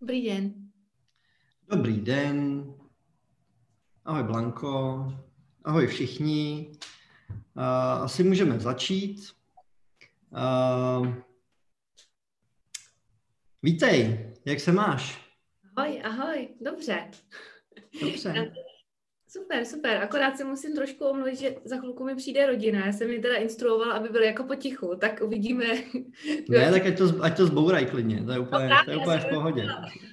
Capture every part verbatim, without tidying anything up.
Dobrý den. Dobrý den. Ahoj Blanko. Ahoj všichni. Uh, asi můžeme začít. Uh, vítej, jak se máš? Ahoj, ahoj, dobře. Dobře. Super, super. Akorát se musím trošku omluvit, že za chvilku mi přijde rodina. Já jsem mi teda instruovala, aby byli jako potichu, tak uvidíme. Ne, tak ať to, ať to zbouraj klidně, to je úplně, to je úplně v pohodě.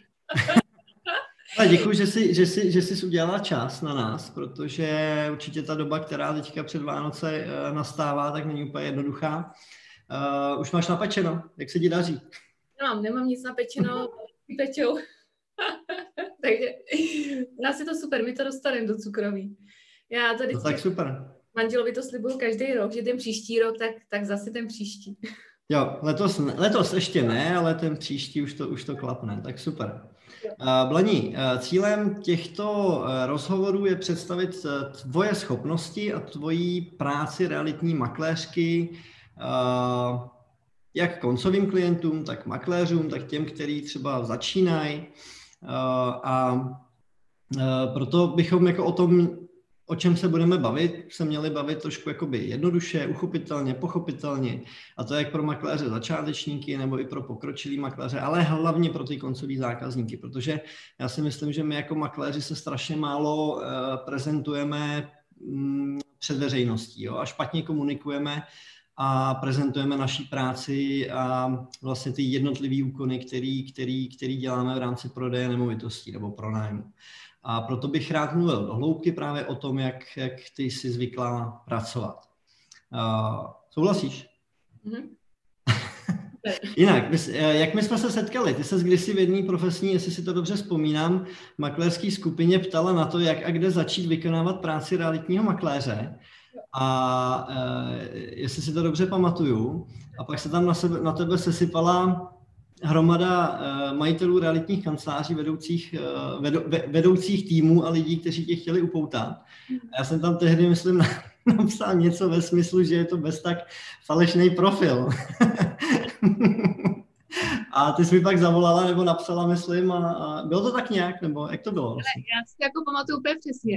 Ale děkuji, že jsi, že, jsi, že jsi udělala čas na nás, protože určitě ta doba, která teďka před Vánoce nastává, tak není úplně jednoduchá. Uh, už máš napečeno? Jak se ti daří? Nemám, nemám nic napečeno, pečou. Takže nás je to super, my to dostaneme do cukroví. Já tady no tak super. Manželovi to slibuju každý rok, že ten příští rok, tak, tak zase ten příští. Jo, letos, letos ještě ne, ale ten příští už to, už to klapne, tak super. Uh, Blani, uh, cílem těchto uh, rozhovorů je představit uh, tvoje schopnosti a tvoji práci realitní makléřky, uh, jak koncovým klientům, tak makléřům, tak těm, kteří třeba začínají. Uh, a uh, proto bychom jako o tom, o čem se budeme bavit, se měli bavit trošku jakoby jednoduše, uchopitelně, pochopitelně. A to jak pro makléře začátečníky, nebo i pro pokročilý makléře, ale hlavně pro ty koncový zákazníky, protože já si myslím, že my jako makléři se strašně málo uh, prezentujeme um, před veřejností, jo? A špatně komunikujeme a prezentujeme naší práci a vlastně ty jednotlivý úkony, který, který, který děláme v rámci prodeje nemovitostí nebo pronájmu. A proto bych rád mluvil do hloubky právě o tom, jak, jak ty jsi zvyklá pracovat. Uh, souhlasíš? Mm-hmm. Jinak, jak my jsme se setkali? Ty ses kdysi v jedné profesní, jestli si to dobře vzpomínám, makléřské skupině ptala na to, jak a kde začít vykonávat práci realitního makléře. A uh, jestli si to dobře pamatuju, a pak se tam na, sebe, na tebe sesypala hromada uh, majitelů realitních kanceláří, vedoucích, uh, vedou, vedoucích týmů a lidí, kteří tě chtěli upoutat. A já jsem tam tehdy, myslím, napsal něco ve smyslu, že je to bez tak falešný profil. A ty jsi mi pak zavolala nebo napsala, myslím, a, a bylo to tak nějak, nebo jak to bylo? Vlastně? Já si jako pamatuju úplně přesně.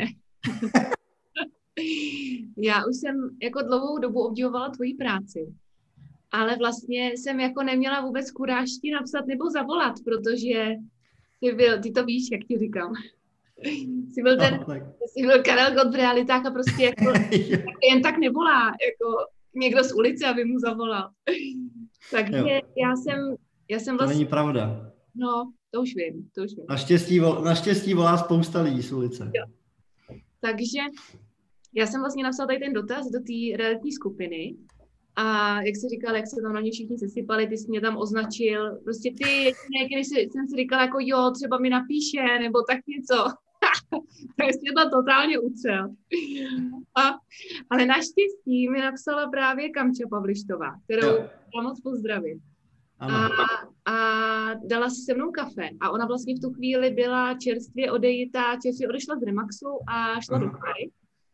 Já už jsem jako dlouhou dobu obdivovala tvoji práci, ale vlastně jsem jako neměla vůbec kuráž ti napsat nebo zavolat, protože ty, byl, ty to víš, jak ti říkám. Jsi byl ten, no, jsi byl Karel Gott v realitách a prostě jako jen tak nevolá, jako někdo z ulice, aby mu zavolal. Takže jo. já jsem, já jsem vlastně... To není pravda. No, to už vím, to už vím. Naštěstí, vol, naštěstí volá spousta lidí z ulice. Jo. Takže já jsem vlastně napsala tady ten dotaz do té realitní skupiny a jak jsi říkal, jak se tam na mě všichni sesypali, ty jsi mě tam označil, prostě ty jediné, když jsem si říkala jako jo, třeba mi napíše, nebo tak něco. Tak jsi mě to totálně utřel. A, ale naštěstí mi napsala právě Kamča Pavlištová, kterou já moc pozdravím. A, a dala si se mnou kafe a ona vlastně v tu chvíli byla čerstvě odejitá, čerstvě odešla z Remaxu a šla Aha. do Kary.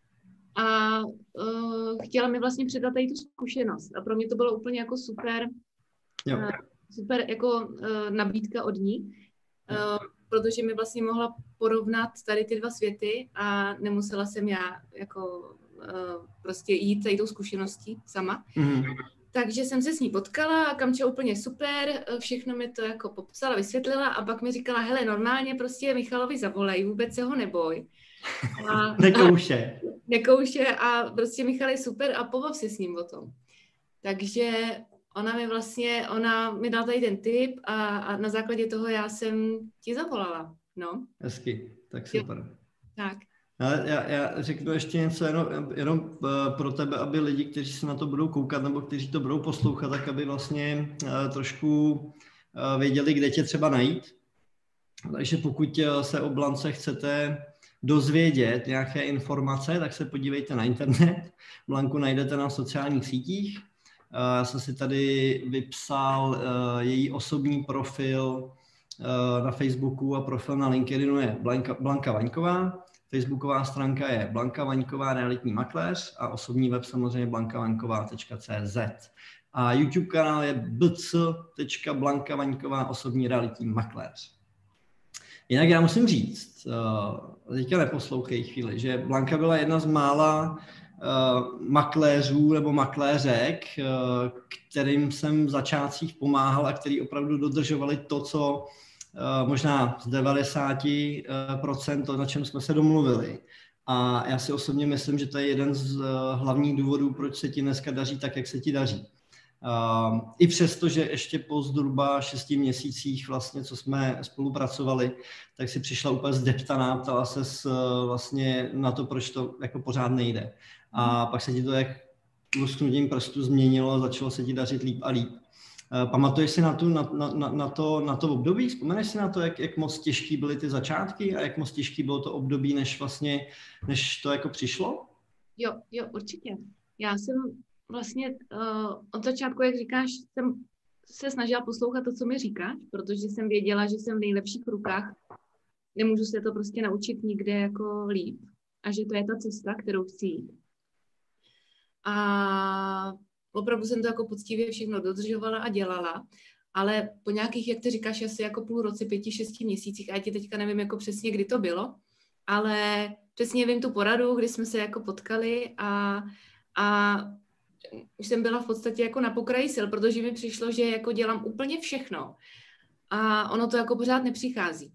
A uh, chtěla mi vlastně předat tady tu zkušenost. A pro mě to bylo úplně jako super, uh, super jako uh, nabídka od ní, uh, protože mi vlastně mohla porovnat tady ty dva světy a nemusela jsem já jako uh, prostě jít tady tou zkušeností sama. Mm-hmm. Takže jsem se s ní potkala a Kamča úplně super, všechno mi to jako popsala, vysvětlila a pak mi říkala, hele, normálně prostě Michalovi zavolej, vůbec se ho neboj. A, nekouše. A, nekouše a prostě Michal je super a pobav se s ním o tom. Takže ona mi vlastně, ona mi dala tady ten tip a, a na základě toho já jsem ti zavolala, no. Hezky, tak super. Jo. Tak. Ale já, já řeknu ještě něco jenom, jenom pro tebe, aby lidi, kteří se na to budou koukat nebo kteří to budou poslouchat, tak aby vlastně trošku věděli, kde tě třeba najít. Takže pokud se o Blance chcete dozvědět nějaké informace, tak se podívejte na internet. Blanku najdete na sociálních sítích. Já jsem si tady vypsal její osobní profil na Facebooku a profil na LinkedInu je Blanka, Blanka Vaňková. Facebooková stránka je Blanka Vaňková, realitní makléř a osobní web samozřejmě blanka vaňková tečka cé zet. A YouTube kanál je b c tečka blanka vaňková, osobní realitní makléř. Jinak já musím říct, uh, teďka neposlouchej chvíli, že Blanka byla jedna z mála uh, makléřů nebo makléřek, uh, kterým jsem v začátcích pomáhal a který opravdu dodržovali to, co uh, možná z devadesát procent to, na čem jsme se domluvili. A já si osobně myslím, že to je jeden z uh, hlavních důvodů, proč se ti dneska daří tak, jak se ti daří. Uh, I přesto, že ještě po zhruba šesti měsících, vlastně, co jsme spolupracovali, tak si přišla úplně zdeptaná, ptala se s, vlastně na to, proč to jako pořád nejde. A pak se ti to jak lusknutím prstu změnilo, začalo se ti dařit líp a líp. Uh, pamatuješ si na, tu, na, na, na, to, na to období? Vzpomeneš si na to, jak, jak moc těžký byly ty začátky a jak moc těžký bylo to období, než, vlastně, než to jako přišlo? Jo, jo, určitě. Já jsem vlastně uh, od začátku, jak říkáš, jsem se snažila poslouchat to, co mi říkáš, protože jsem věděla, že jsem v nejlepších rukách. Nemůžu se to prostě naučit nikde jako líp. A že to je ta cesta, kterou chci jít. A opravdu jsem to jako poctivě všechno dodržovala a dělala, ale po nějakých, jak ty říkáš, asi jako půl roce, pěti, šesti měsících, a já ti teďka nevím jako přesně, kdy to bylo, ale přesně vím tu poradu, kdy jsme se jako potkali a, a už jsem byla v podstatě jako na pokraji sil, protože mi přišlo, že jako dělám úplně všechno a ono to jako pořád nepřichází.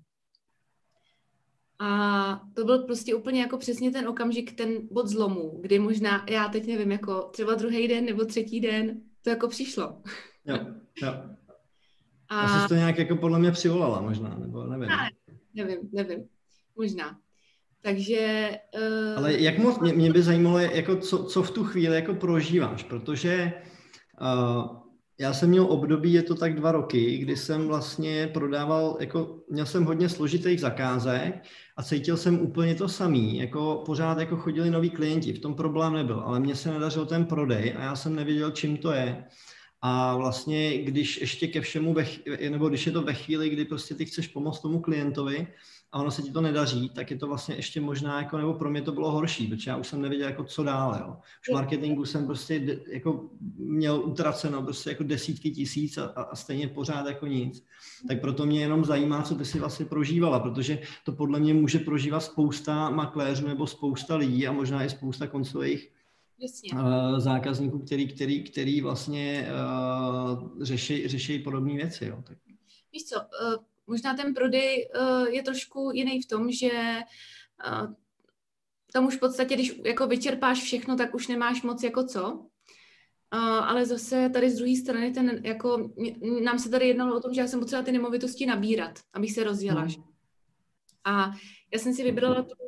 A to byl prostě úplně jako přesně ten okamžik, ten bod zlomu, kdy možná, já teď nevím, jako třeba druhý den nebo třetí den, to jako přišlo. Jo, jo. A... Asi jsi to nějak jako podle mě přivolala možná, nebo nevím. Ne, nevím, nevím, možná. Takže... Uh... Ale jak moc, mě, mě by zajímalo, jako co, co v tu chvíli jako prožíváš, protože uh, já jsem měl období, je to tak dva roky, kdy jsem vlastně prodával, jako měl jsem hodně složitých zakázek a cítil jsem úplně to samý, jako pořád jako chodili noví klienti, v tom problém nebyl, ale mně se nedařil ten prodej a já jsem nevěděl, čím to je. A vlastně, když ještě ke všemu, ve, nebo když je to ve chvíli, kdy prostě ty chceš pomoct tomu klientovi a ono se ti to nedaří, tak je to vlastně ještě možná, jako, nebo pro mě to bylo horší, protože já už jsem nevěděl, jako co dál. Jo. Už v marketingu jsem prostě jako měl utraceno prostě jako desítky tisíc a, a stejně pořád jako nic. Tak proto mě jenom zajímá, co ty si vlastně prožívala, protože to podle mě může prožívat spousta makléřů nebo spousta lidí a možná i spousta koncových Uh, zákazníků, který, který, který vlastně uh, řeší, řeší podobné věci. Jo. Tak. Víš co, uh, možná ten prodej uh, je trošku jiný v tom, že uh, tam už v podstatě, když jako vyčerpáš všechno, tak už nemáš moc jako co. Uh, ale zase tady z druhé strany, ten, jako, nám se tady jednalo o tom, že já jsem potřebovala ty nemovitosti nabírat, abych se rozjela. Hmm. A já jsem si vybrala tu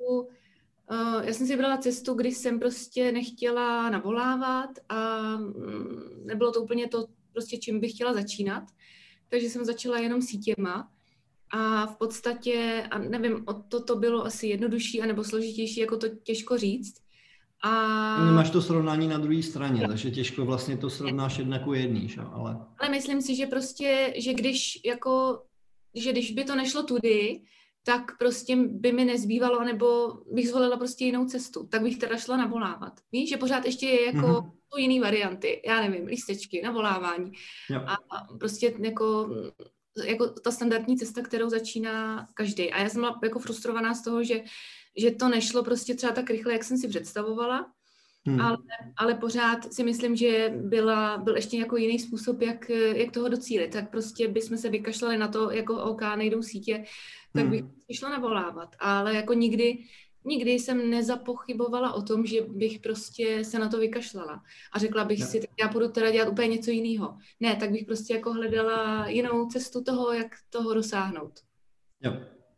Uh, já jsem si vybrala cestu, kdy jsem prostě nechtěla navolávat a mm, nebylo to úplně to, prostě čím bych chtěla začínat. Takže jsem začala jenom sítěma a v podstatě, a nevím, to, to bylo asi jednodušší anebo složitější, jako to těžko říct. A... Nemáš to srovnání na druhé straně, takže těžko vlastně to srovnáš jedna ku jedný, že? Ale... ale myslím si, že prostě, že když jako, že když by to nešlo tudy, tak prostě by mi nezbývalo, nebo bych zvolila prostě jinou cestu. Tak bych teda šla navolávat. Víš, že pořád ještě je jako mm-hmm. jiný varianty. Já nevím, lístečky, navolávání. Jo. A prostě jako, jako ta standardní cesta, kterou začíná každý. A já jsem byla jako frustrovaná z toho, že, že to nešlo prostě třeba tak rychle, jak jsem si představovala. Hmm. Ale, ale pořád si myslím, že byla, byl ještě jako jiný způsob, jak, jak toho docílit. Tak prostě bychom se vykašlali na to, jako OK, nejdou sítě, tak bych hmm. šla navolávat. Ale jako nikdy, nikdy jsem nezapochybovala o tom, že bych prostě se na to vykašlala. A řekla bych no. si, tak já budu teda dělat úplně něco jiného. Ne, tak bych prostě jako hledala jinou cestu toho, jak toho dosáhnout. Jo.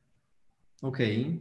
OK.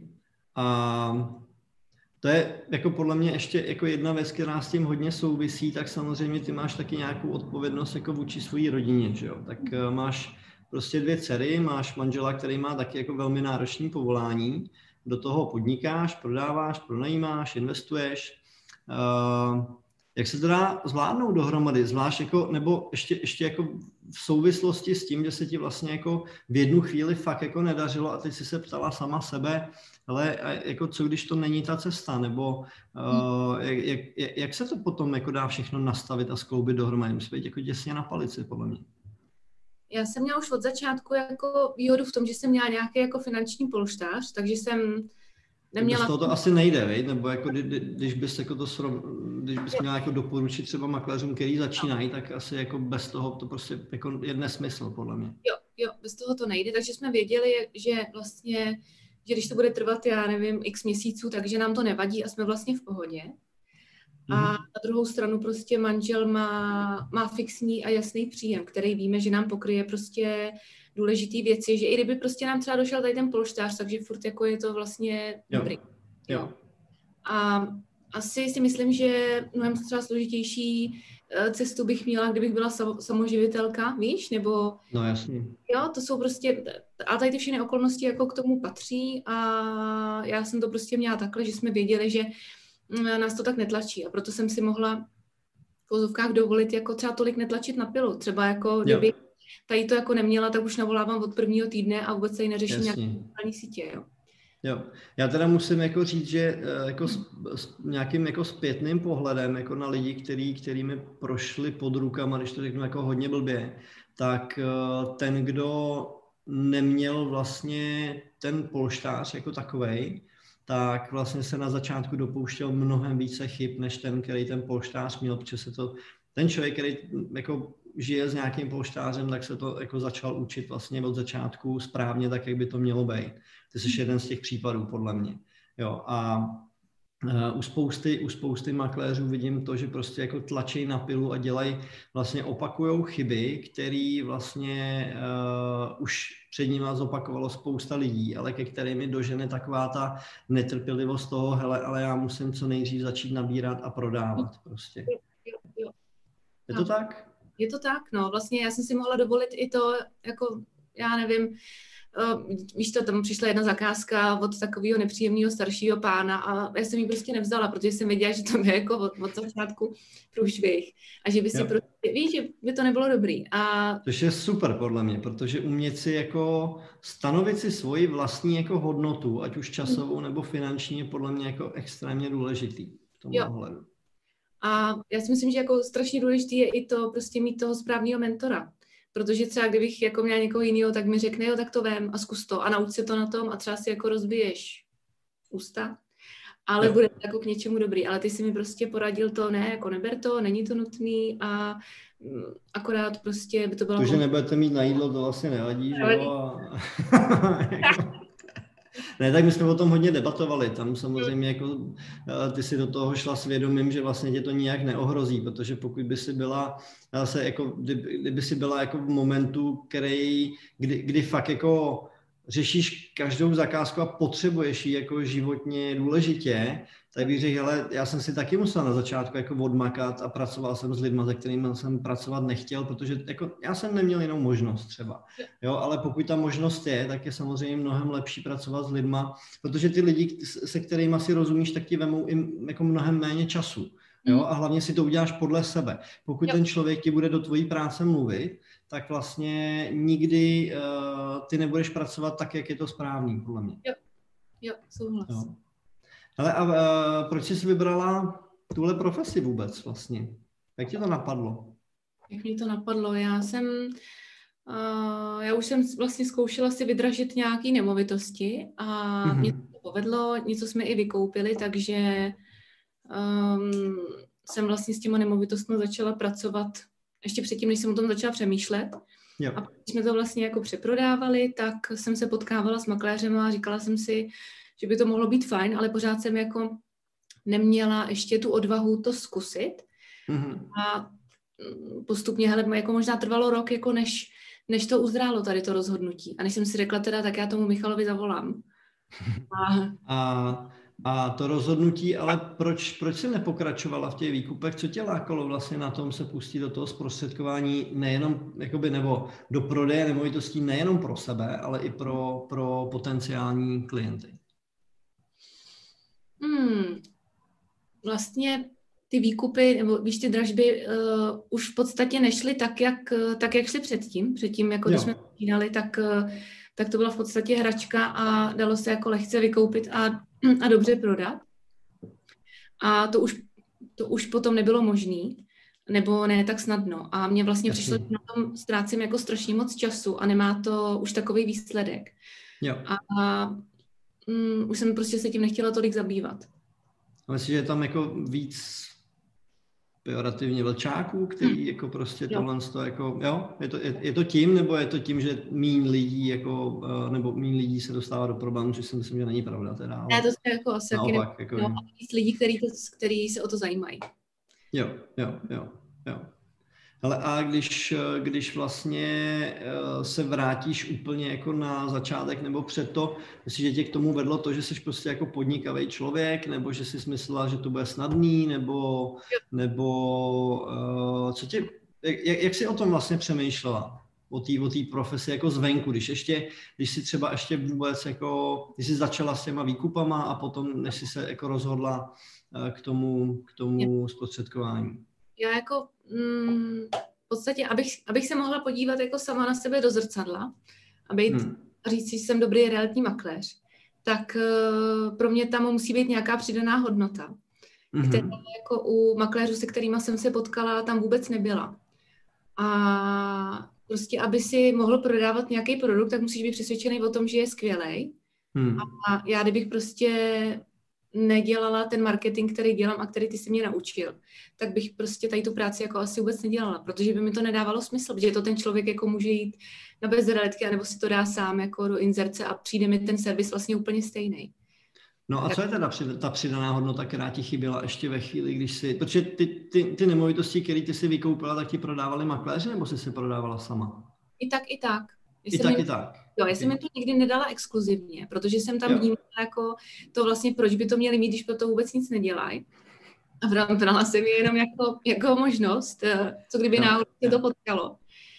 A... To je jako podle mě ještě jako jedna věc, která s tím hodně souvisí, tak samozřejmě ty máš taky nějakou odpovědnost jako vůči své rodině, že jo? Tak uh, máš prostě dvě dcery, máš manžela, který má taky jako velmi náročné povolání, do toho podnikáš, prodáváš, pronajímáš, investuješ. Uh, jak se to dá zvládnout dohromady, zvlášť jako, nebo ještě, ještě jako v souvislosti s tím, že se ti vlastně jako v jednu chvíli fakt jako nedařilo a ty jsi se ptala sama sebe, ale jako co když to není ta cesta, nebo uh, jak, jak, jak se to potom jako dá všechno nastavit a skloubit dohromady, musí být jako těsně na palici, podle mě. Já jsem měla už od začátku jako výhodu v tom, že jsem měla nějaký jako finanční polštář, takže jsem neměla... Bez toho to asi nejde, vej? Nebo jako, když bys, jako to srov... když bys měla jako doporučit třeba makléřům, který začínají, tak asi jako bez toho to prostě jako je nesmysl, podle mě. Jo, jo, bez toho to nejde, takže jsme věděli, že vlastně, že když to bude trvat, já nevím, x měsíců, takže nám to nevadí a jsme vlastně v pohodě. A na druhou stranu prostě manžel má, má fixní a jasný příjem, který víme, že nám pokryje prostě důležitý věci, že i kdyby prostě nám třeba došel tady ten polštář, takže furt jako je to vlastně jo. dobrý. Jo. A asi si myslím, že mnohem třeba složitější cestu bych měla, kdybych byla samoživitelka, víš, nebo... No jasně. Jo, to jsou prostě, a tady ty všechny okolnosti jako k tomu patří a já jsem to prostě měla takhle, že jsme věděli, že nás to tak netlačí a proto jsem si mohla v vozovkách dovolit jako třeba tolik netlačit na pilu. Třeba jako kdyby tady to jako neměla, tak už navolávám od prvního týdne a vůbec se jí neřeší nějaké sociální sítě, jo. Jo. Já teda musím jako říct, že jako s, s nějakým jako zpětným pohledem jako na lidi, který, který mi prošli pod rukama, když to řeknu jako hodně blbě, tak ten, kdo neměl vlastně ten polštář jako takovej, tak vlastně se na začátku dopouštěl mnohem více chyb, než ten, který ten polštář měl, protože se to, ten člověk, který jako žije s nějakým polštářem, tak se to jako začal učit vlastně od začátku správně, tak jak by to mělo být. Ty jsi jeden z těch případů, podle mě. Jo, a uh, u spousty, u spousty makléřů vidím to, že prostě jako tlačí na pilu a dělají, vlastně opakujou chyby, které vlastně uh, už před nimi zopakovalo spousta lidí, ale ke kterým je dožene taková ta netrpělivost toho, hele, ale já musím co nejdřív začít nabírat a prodávat prostě. Jo, jo. Je to tak? Je to tak, no. Vlastně já jsem si mohla dovolit i to, jako, já nevím, uh, víš to, tam přišla jedna zakázka od takového nepříjemného staršího pána a já jsem ji prostě nevzala, protože jsem věděla, že to je jako od, od začátku průšvih a že by si prostě, víš, že by to nebylo dobrý. A... Což je super podle mě, protože umět si jako stanovit si svoji vlastní jako hodnotu, ať už časovou nebo finanční, je podle mě jako extrémně důležitý v tom ohledu. A já si myslím, že jako strašně důležité je i to prostě mít toho správného mentora. Protože třeba kdybych jako měla někoho jiného, tak mi řekne, jo, tak to vem a zkus to a nauč se to na tom a třeba si jako rozbiješ ústa. Ale jo. Bude to jako k něčemu dobrý. Ale ty si mi prostě poradil to, ne, jako neber to, není to nutný a akorát prostě by to bylo... To, že nebudete mít na jídlo, to vlastně nevadí, že jo? A... Ne, tak my jsme o tom hodně debatovali, tam samozřejmě jako ty si do toho šla s vědomím, že vlastně tě to nijak neohrozí, protože pokud by si byla, se jako, kdyby, kdyby si byla jako v momentu, který, kdy, kdy fakt jako řešíš každou zakázku a potřebuješ ji jako životně důležitě, tak bych řekl, hele, já jsem si taky musel na začátku jako odmakat a pracoval jsem s lidma, se kterými jsem pracovat nechtěl, protože jako já jsem neměl jinou možnost třeba, jo, ale pokud ta možnost je, tak je samozřejmě mnohem lepší pracovat s lidma, protože ty lidi, se kterými si rozumíš, tak ti vemou i jako mnohem méně času, jo, a hlavně si to uděláš podle sebe. Pokud jo. ten člověk ti bude do tvojí práce mluvit, tak vlastně nikdy uh, ty nebudeš pracovat tak, jak je to správný, podle mě. Jo, jo, souhlas. Jo. Hele, a uh, proč jsi vybrala tuhle profesi vůbec vlastně? Jak ti to napadlo? Jak mě to napadlo? Já jsem, uh, já už jsem vlastně zkoušela si vydražit nějaké nemovitosti a mm-hmm. mě to povedlo, něco jsme i vykoupili, takže um, jsem vlastně s těma nemovitostmi začala pracovat ještě předtím, než jsem o tom začala přemýšlet. Jo. A když jsme to vlastně jako přeprodávali, tak jsem se potkávala s makléřem a říkala jsem si, že by to mohlo být fajn, ale pořád jsem jako neměla ještě tu odvahu to zkusit. Mm-hmm. A postupně, hele, jako možná trvalo rok, jako než, než to uzrálo tady to rozhodnutí. A než jsem si řekla teda, tak já tomu Michalovi zavolám. A, a, a to rozhodnutí, ale proč, proč jsi nepokračovala v těch výkupech? Co tě lákalo vlastně na tom se pustit do toho zprostředkování nejenom, jakoby, nebo do prodeje nemovitostí nejenom pro sebe, ale i pro, pro potenciální klienty? Hmm, vlastně ty výkupy, nebo víš, ty dražby uh, už v podstatě nešly tak, jak, tak, jak šly předtím. Předtím, jako jo. když jsme začínali, tak, uh, tak to byla v podstatě hračka a dalo se jako lehce vykoupit a, a dobře prodat. A to už, to už potom nebylo možné. nebo ne tak snadno. A mně vlastně Jasně. přišlo, že na tom ztrácím jako strašně moc času a nemá to už takový výsledek. Jo. A, a mm, už jsem prostě se tím nechtěla tolik zabývat. A myslím, že je tam jako víc pejorativně vlčáků, který hmm. jako prostě jo. tohle to jako, jo, je to, je, je to tím, nebo je to tím, že míň lidí jako, nebo míň lidí se dostává do problémů, což si myslím, že není pravda teda. Ale ne, to je jako asi naopak, taky jako no, víc lidí, který, to, který se o to zajímají. Jo, jo, jo, jo. Ale a když, když vlastně se vrátíš úplně jako na začátek nebo před to, myslíš, že tě k tomu vedlo to, že jsi prostě jako podnikavý člověk, nebo že jsi myslela, že to bude snadný, nebo, nebo uh, co tě, jak, jak jsi o tom vlastně přemýšlela? O té o té profesi jako zvenku, když ještě, když si třeba ještě vůbec jako, když jsi začala s těma výkupama a potom, než jsi se jako rozhodla k tomu, k tomu zprostředkování. Já jako mm, v podstatě, abych, abych se mohla podívat jako sama na sebe do zrcadla a být, hmm. říct si, že jsem dobrý realitní makléř, tak uh, pro mě tam musí být nějaká přidaná hodnota, hmm. která jako u makléřů, se kterýma jsem se potkala, tam vůbec nebyla. A prostě, aby si mohl prodávat nějaký produkt, tak musíš být přesvědčený o tom, že je skvělej. Hmm. A já kdybych prostě nedělala ten marketing, který dělám a který ty jsi mě naučil, tak bych prostě tady tu práci jako asi vůbec nedělala, protože by mi to nedávalo smysl, protože to ten člověk jako může jít na bezrealitky, anebo si to dá sám jako do inzerce a přijde mi ten servis vlastně úplně stejný. No a tak... co je teda ta přidaná hodnota, která ti chyběla ještě ve chvíli, když si, protože ty, ty, ty nemovitosti, které ty si vykoupila, tak ti prodávali makléři, nebo jsi se prodávala sama? I tak, i tak. I tak, i tak. Jo, já jsem jim to nikdy nedala exkluzivně, protože jsem tam vnímala jako to vlastně, proč by to měli mít, když pro to vůbec nic nedělají. A brala jsem je jenom jako, jako možnost, co kdyby náhodou se to potkalo.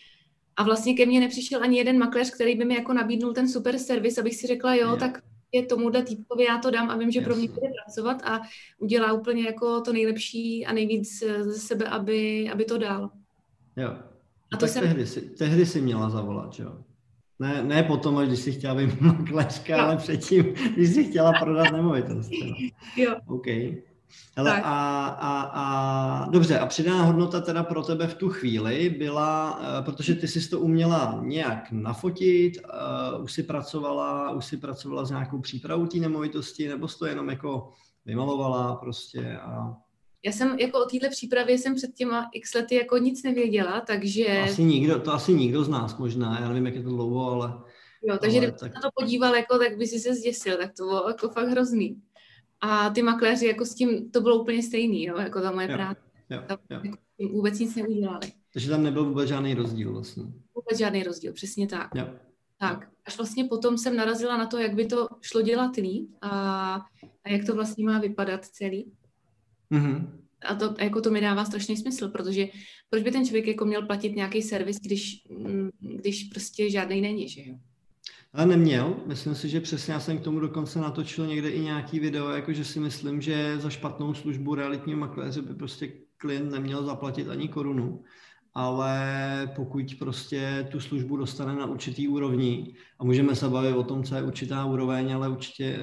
A vlastně ke mně nepřišel ani jeden makléř, který by mi jako nabídnul ten super servis, abych si řekla, jo, jo. tak je tomuhle týpkovi já to dám a vím, že Jasně. pro mě bude pracovat a udělá úplně jako to nejlepší a nejvíc ze sebe, aby, aby to dal. Jo. A, a to tak jsem... tehdy, si, tehdy si měla zavolat, jo? Ne, ne potom, když jsi chtěla být makléřka, ale předtím, když jsi chtěla prodat nemovitost. Jo. OK. Hele, a, a, a dobře, a přidaná hodnota teda pro tebe v tu chvíli byla, uh, protože ty jsi to uměla nějak nafotit, uh, už si pracovala, už si pracovala s nějakou přípravou té nemovitosti, nebo jsi to jenom jako vymalovala prostě a... Já jsem jako o téhle přípravě jsem před těma x lety jako nic nevěděla, takže... To asi nikdo, to asi nikdo z nás možná, já nevím, jak je to dlouho, ale... Jo, takže ale kdyby tak... se na to podíval, jako, tak by si se zděsil, tak to bylo jako fakt hrozný. A ty makléři jako s tím, to bylo úplně stejný, jo, jako ta moje jo, práce. Jo, tam jo. Jako vůbec nic neudělali. Takže tam nebyl vůbec žádný rozdíl vlastně. Vůbec žádný rozdíl, přesně tak. Jo. Tak, až vlastně potom jsem narazila na to, jak by to šlo dělat líp a, a jak to vlastně má vypadat celý. Mhm. A to, jako to mi dává strašný smysl, protože proč by ten člověk jako měl platit nějaký servis, když, když prostě žádnej není, že jo? Ale neměl. Myslím si, že přesně já jsem k tomu dokonce natočil někde i nějaký video, jakože si myslím, že za špatnou službu realitního makléře by prostě klient neměl zaplatit ani korunu. Ale pokud prostě tu službu dostane na určitý úrovni, a můžeme se bavit o tom, co je určitá úroveň, ale určitě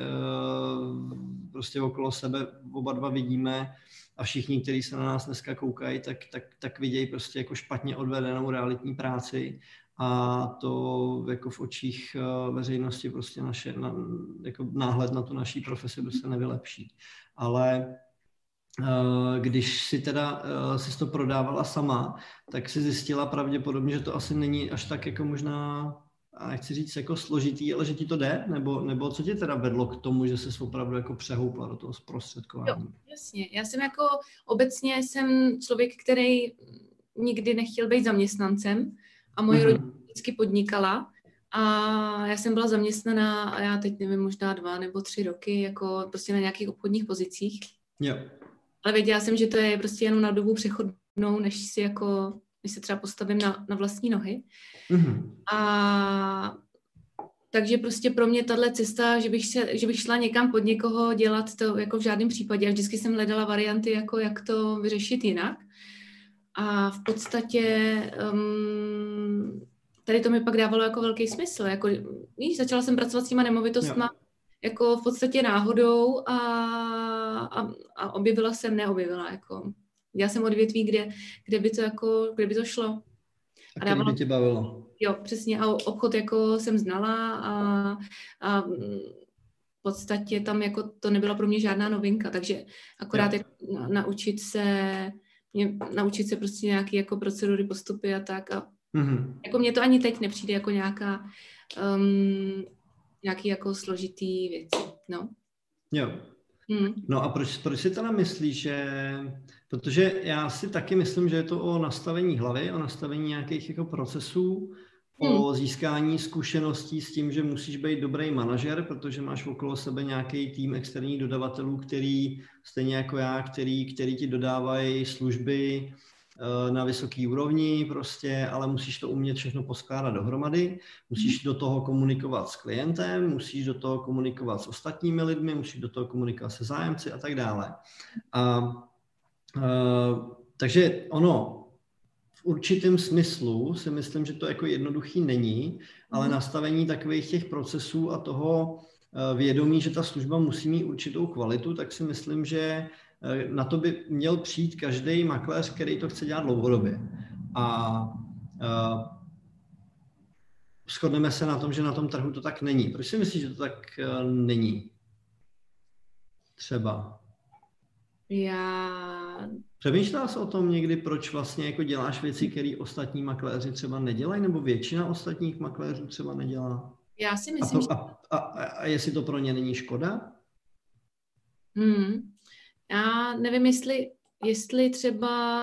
prostě okolo sebe oba dva vidíme a všichni, kteří se na nás dneska koukají, tak, tak, tak vidějí prostě jako špatně odvedenou realitní práci a to jako v očích veřejnosti prostě naše, na, jako náhled na tu naší profesi prostě nevylepší. Ale když si teda si to prodávala sama, tak si zjistila pravděpodobně, že to asi není až tak jako možná, a nechci říct jako složitý, ale že ti to jde? Nebo, nebo co tě teda vedlo k tomu, že jsi opravdu jako přehoupla do toho zprostředkování? Jo, jasně. Já jsem jako obecně jsem člověk, který nikdy nechtěl být zaměstnancem a moje mm-hmm. rodina vždycky podnikala a já jsem byla zaměstnaná a já teď nevím, možná dva nebo tři roky jako prostě na nějakých obchodních pozicích. Jo. Ale věděla jsem, že to je prostě jenom na dobu přechodnou, než si jako, než se třeba postavím na, na vlastní nohy. Mm-hmm. A takže prostě pro mě tahle cesta, že bych, se, že bych šla někam pod někoho dělat, to jako v žádném případě. A vždycky jsem hledala varianty, jako jak to vyřešit jinak. A v podstatě um, tady to mi pak dávalo jako velký smysl. Jako, víš, začala jsem pracovat s těma nemovitostma, jo. Jako v podstatě náhodou a, a, a objevila jsem, neobjevila, jako Já jsem odvětví, kde, kde by to jako, kde by to šlo. A který by tě bavilo? Jo, přesně. A obchod jako jsem znala a, a v podstatě tam jako to nebyla pro mě žádná novinka, takže akorát jako na, naučit se, mě, naučit se prostě nějaký jako procedury, postupy a tak. A mm-hmm. jako mně to ani teď nepřijde jako nějaká um, nějaký jako složitý věci, no. Jo. Hmm. No a proč, proč si teda myslíš, že... Protože já si taky myslím, že je to o nastavení hlavy, o nastavení nějakých jako procesů, hmm. o získání zkušeností s tím, že musíš být dobrý manažer, protože máš okolo sebe nějaký tým externích dodavatelů, který stejně jako já, který, který ti dodávají služby na vysoký úrovni prostě, ale musíš to umět všechno poskládat dohromady, musíš do toho komunikovat s klientem, musíš do toho komunikovat s ostatními lidmi, musíš do toho komunikovat se zájemci a tak dále. A, a, takže ono v určitém smyslu si myslím, že to jako jednoduchý není, ale nastavení takových těch procesů a toho vědomí, že ta služba musí mít určitou kvalitu, tak si myslím, že na to by měl přijít každý makléř, který to chce dělat dlouhodobě. A uh, shodneme se na tom, že na tom trhu to tak není. Proč si myslíš, že to tak uh, není? Třeba. Já... Přemýšlela jsi o tom někdy, proč vlastně jako děláš věci, které ostatní makléři třeba nedělají, nebo většina ostatních makléřů třeba nedělá? Já si myslím, a, to, a, a, a jestli to pro ně není škoda? Hmm. Já nevím, jestli, jestli třeba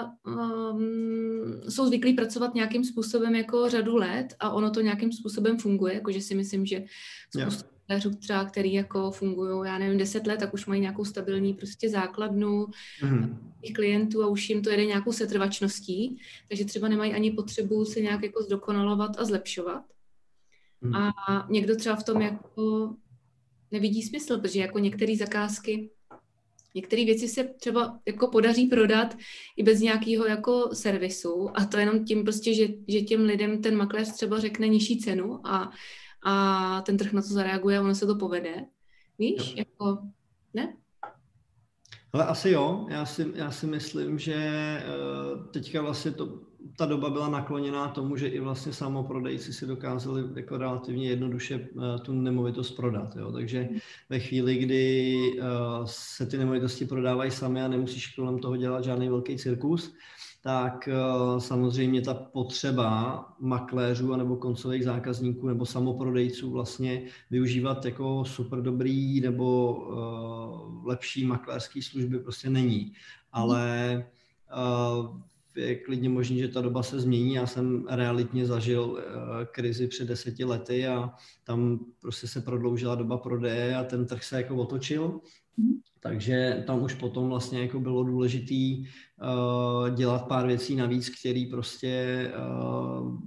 um, jsou zvyklí pracovat nějakým způsobem jako řadu let a ono to nějakým způsobem funguje, jakože si myslím, že spoustu makléřů třeba, který jako fungují, já nevím, deset let, tak už mají nějakou stabilní prostě základnu mm. klientů a už jim to jede nějakou setrvačností, takže třeba nemají ani potřebu se nějak jako zdokonalovat a zlepšovat. Mm. A někdo třeba v tom jako nevidí smysl, protože jako některé zakázky Některé věci se třeba jako podaří prodat i bez nějakého jako servisu a to jenom tím prostě, že, že těm lidem ten makléř třeba řekne nižší cenu a, a ten trh na to zareaguje a ono se to povede. Víš? Jako, ne? Ale asi jo. Já si, já si myslím, že teďka vlastně to, ta doba byla nakloněná tomu, že i vlastně samoprodejci si dokázali jako relativně jednoduše tu nemovitost prodat. Jo? Takže ve chvíli, kdy se ty nemovitosti prodávají sami a nemusíš kolem toho dělat žádný velký cirkus, tak samozřejmě ta potřeba makléřů anebo koncových zákazníků nebo samoprodejců vlastně využívat jako super dobrý nebo uh, lepší makléřský služby prostě není. Ale uh, je klidně možný, že ta doba se změní. Já jsem realitně zažil uh, krizi před deseti lety a tam prostě se prodloužila doba prodeje a ten trh se jako otočil. Takže tam už potom vlastně jako bylo důležitý uh, dělat pár věcí navíc, který prostě uh,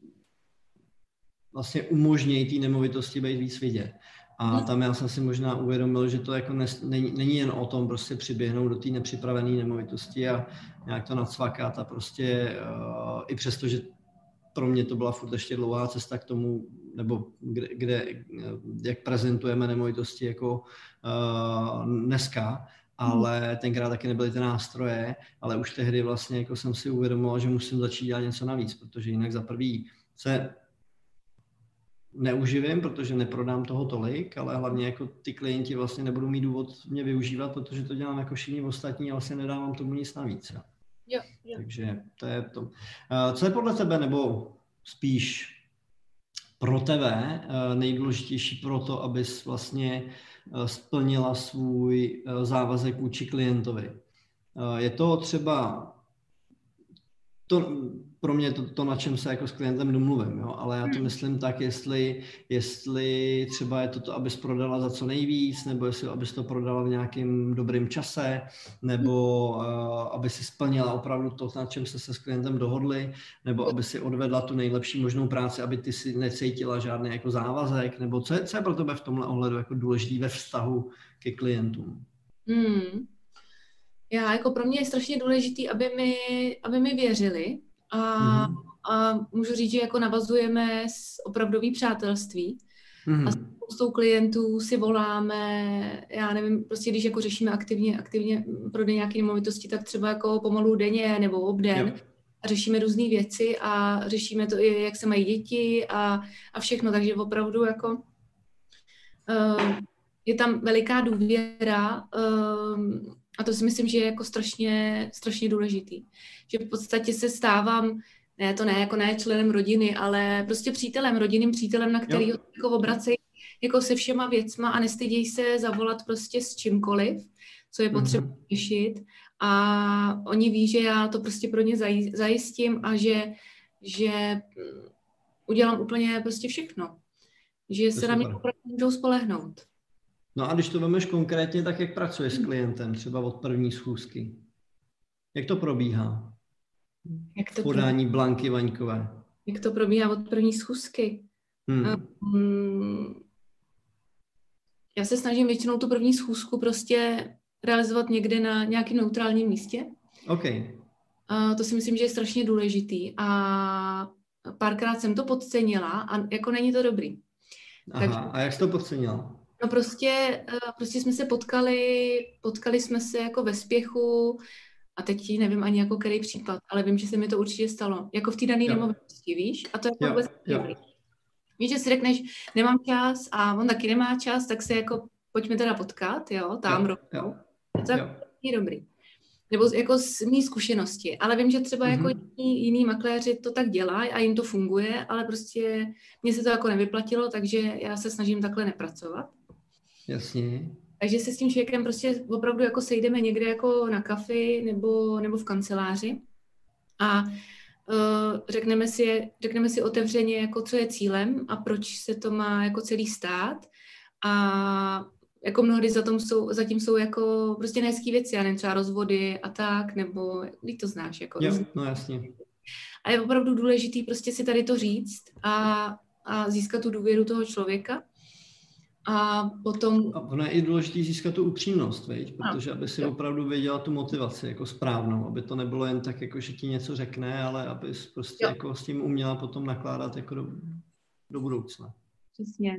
vlastně umožnějí té nemovitosti být víc vidět. A tam já jsem si možná uvědomil, že to jako nes, není, není jen o tom prostě přiběhnout do té nepřipravené nemovitosti a nějak to nacvakat a prostě uh, i přesto, že pro mě to byla furt ještě dlouhá cesta k tomu, nebo kde, kde jak prezentujeme nemovitosti jako uh, dneska, ale tenkrát taky nebyly ty nástroje, ale už tehdy vlastně jako jsem si uvědomil, že musím začít dělat něco navíc, protože jinak za prvý se neuživím, protože neprodám toho tolik, ale hlavně jako ty klienti vlastně nebudou mít důvod mě využívat, protože to dělám jako všichni ostatní a vlastně nedávám tomu nic navíc. Jo. Jo, jo. Takže to je to. Uh, co je podle tebe, nebo spíš pro tebe uh, nejdůležitější pro to, abys vlastně uh, splnila svůj uh, závazek vůči klientovi? Uh, je to třeba to, pro mě to, to, na čem se jako s klientem domluvím, jo? Ale já to myslím tak, jestli, jestli třeba je to to, abys prodala za co nejvíc, nebo jestli abys to prodala v nějakém dobrém čase, nebo uh, aby si splnila opravdu to, na čem se se s klientem dohodli, nebo aby si odvedla tu nejlepší možnou práci, aby ty si necítila žádný jako závazek, nebo co je, co je pro tebe v tomhle ohledu jako důležitý ve vztahu ke klientům? Hmm. Já, jako pro mě je strašně důležitý, aby mi, aby mi věřili a, mm-hmm. a můžu říct, že jako navazujeme opravdový přátelství A s spoustou klientů si voláme, já nevím, prostě když jako řešíme aktivně, aktivně prodej nějaké nemovitosti, tak třeba jako pomalu denně nebo obden. Jo. A řešíme různé věci a řešíme to i, jak se mají děti a, a všechno. Takže opravdu jako uh, je tam veliká důvěra uh, a to si myslím, že je jako strašně, strašně důležitý. Že v podstatě se stávám, ne, to ne, jako ne členem rodiny, ale prostě přítelem, rodinným přítelem, na kterýho jako obracejí jako se všema věcma a nestydějí se zavolat prostě s čímkoliv, co je potřeba mm-hmm. řešit. A oni ví, že já to prostě pro ně zajistím a že, že udělám úplně prostě všechno. Že se na mě opravdu můžou spolehnout. No a když to vemeš konkrétně, tak jak pracuješ s klientem, třeba od první schůzky? Jak to probíhá? Jak to podání probíhá? Blanky Vaňkové. Jak to probíhá od první schůzky? Hmm. Um, já se snažím většinou tu první schůzku prostě realizovat někde na nějakém neutrálním místě. OK. Uh, to si myslím, že je strašně důležitý a párkrát jsem to podcenila a jako není to dobrý. Aha, takže, a jak jsi to podcenila? No prostě, prostě jsme se potkali, potkali jsme se jako ve spěchu a teď nevím ani jako který případ, ale vím, že se mi to určitě stalo. Jako v té dané nemovitosti, víš? A to je jako vůbec dobrý. Víš, že si řekneš, nemám čas a on taky nemá čas, tak se jako pojďme teda potkat, jo, tam rovnou. To je taky dobrý. Nebo jako z mý zkušenosti. Ale vím, že třeba mm-hmm. jako jiní, jiní makléři to tak dělají a jim to funguje, ale prostě mně se to jako nevyplatilo, takže já se snažím takhle nepracovat. Jasně. Takže se s tím člověkem prostě opravdu jako sejdeme někde jako na kafi nebo, nebo v kanceláři a uh, řekneme si, řekneme si otevřeně, jako co je cílem a proč se to má jako celý stát a jako mnohdy za tom jsou, zatím jsou jako prostě nehezký věci, já nevím, třeba rozvody a tak, nebo když to znáš. Jako jo, no jasně. A je opravdu důležitý prostě si tady to říct a, a získat tu důvěru toho člověka. A potom... A ono je i důležité získat tu upřímnost, veď? Protože aby si opravdu věděla tu motivaci jako správnou, aby to nebylo jen tak, jako, že ti něco řekne, ale aby prostě jako s tím uměla potom nakládat jako do, do budoucna. Přesně.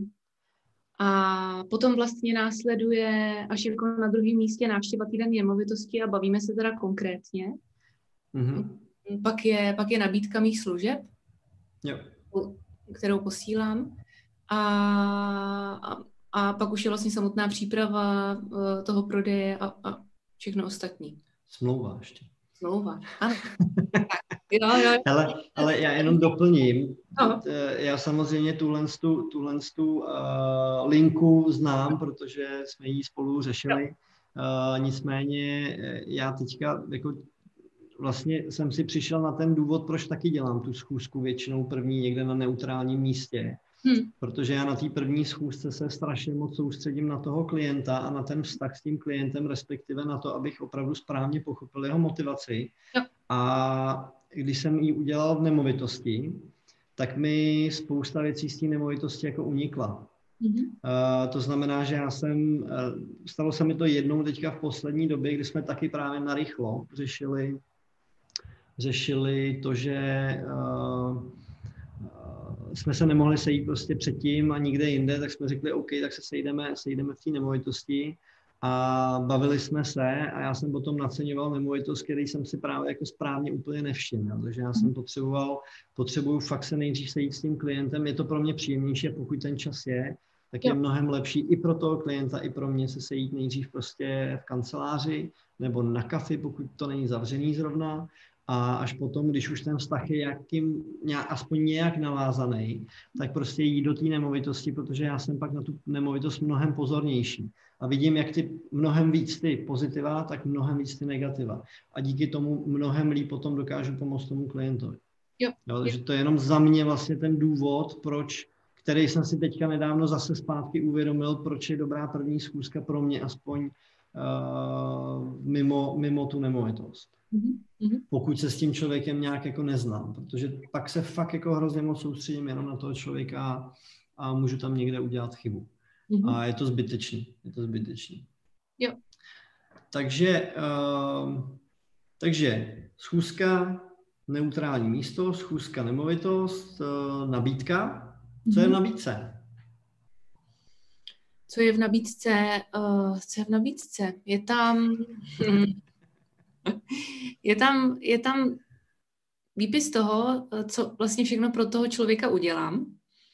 A potom vlastně následuje až jako na druhém místě návštěva té dané nemovitosti a bavíme se teda konkrétně. Mm-hmm. Pak je, pak je nabídka mých služeb, jo. kterou posílám. A, a, a pak už je vlastně samotná příprava toho prodeje a, a všechno ostatní. Smlouva ještě. Smlouva, ano. jo, jo. Hele, ale já jenom doplním. No. Já samozřejmě tuhle, tuhle uh, linku znám, protože jsme ji spolu řešili. Uh, nicméně já teďka jako vlastně jsem si přišel na ten důvod, proč taky dělám tu schůzku většinou první někde na neutrálním místě. Hmm. Protože já na té první schůzce se strašně moc soustředím na toho klienta a na ten vztah s tím klientem, respektive na to, abych opravdu správně pochopil jeho motivaci. Jo. A když jsem ji udělal v nemovitosti, tak mi spousta věcí z té nemovitosti jako unikla. Mm-hmm. Uh, to znamená, že já jsem, uh, stalo se mi to jednou teďka v poslední době, kdy jsme taky právě narychlo řešili, řešili to, že uh, jsme se nemohli sejít prostě předtím a nikde jinde, tak jsme řekli OK, tak se sejdeme, sejdeme v té nemovitosti a bavili jsme se a já jsem potom naceňoval nemovitost, který jsem si právě jako správně úplně nevšiml, takže já jsem potřeboval, potřebuju fakt se nejdřív sejít s tím klientem, je to pro mě příjemnější, pokud ten čas je, tak je mnohem lepší i pro toho klienta, i pro mě se sejít nejdřív prostě v kanceláři nebo na kafi, pokud to není zavřený zrovna. A až potom, když už ten vztah je jakým, nějak, aspoň nějak navázaný, tak prostě jít do té nemovitosti, protože já jsem pak na tu nemovitost mnohem pozornější. A vidím, jak ty mnohem víc ty pozitiva, tak mnohem víc ty negativa. A díky tomu mnohem líp potom dokážu pomoct tomu klientovi. Jo. Jo, takže to je jenom za mě vlastně ten důvod, proč, který jsem si teďka nedávno zase zpátky uvědomil, proč je dobrá první schůzka pro mě aspoň uh, mimo, mimo tu nemovitost. Mm-hmm. Pokud se s tím člověkem nějak jako neznám, protože pak se fakt jako hrozně moc soustředím jenom na toho člověka a můžu tam někde udělat chybu. Mm-hmm. A je to zbytečný. Je to zbytečný. Jo. Takže, uh, takže schůzka, neutrální místo, schůzka, nemovitost, uh, nabídka. Co mm-hmm. je v nabídce? Co je v nabídce? Uh, co je v nabídce? Je tam... je tam, je tam výpis toho, co vlastně všechno pro toho člověka udělám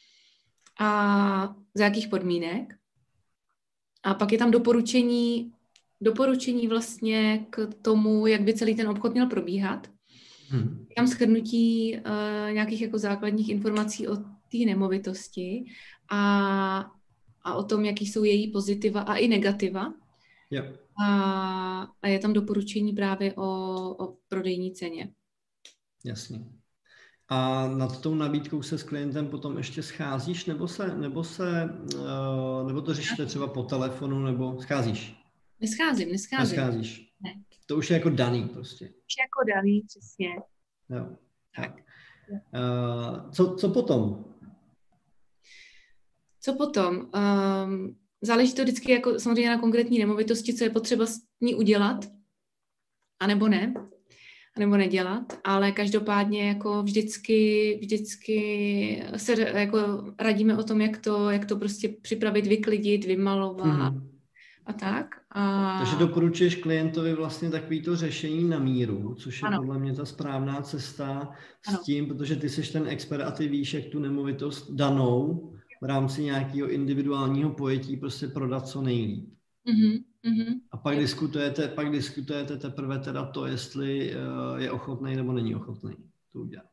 a za jakých podmínek. A pak je tam doporučení, doporučení vlastně k tomu, jak by celý ten obchod měl probíhat. Hmm. Je tam shrnutí uh, nějakých jako základních informací o té nemovitosti a, a o tom, jaký jsou její pozitiva a i negativa. Yep. A, a je tam doporučení právě o, o prodejní ceně. Jasně. A nad tou nabídkou se s klientem potom ještě scházíš, nebo se, nebo se, uh, nebo to řešíte třeba po telefonu, nebo scházíš? Nescházím, nescházím. Nescházíš. Ne. To už je jako daný prostě. Už je jako daný, přesně. Jo. Tak. Uh, co, co potom? Co potom? Um, záleží to vždycky jako samozřejmě na konkrétní nemovitosti, co je potřeba s ní udělat, anebo ne, anebo nedělat, ale každopádně jako vždycky, vždycky se jako radíme o tom, jak to, jak to prostě připravit, vyklidit, vymalovat mm-hmm. a tak. A... Takže doporučuješ klientovi vlastně takovýto řešení na míru, což je ano. podle mě ta správná cesta s ano. tím, protože ty jsi ten expert a ty víš, jak tu nemovitost danou v rámci nějakého individuálního pojetí prostě prodat co nejlíp. Mm-hmm, mm-hmm. A pak diskutujete, pak diskutujete teprve teda to, jestli uh, je ochotný nebo není ochotný to udělat.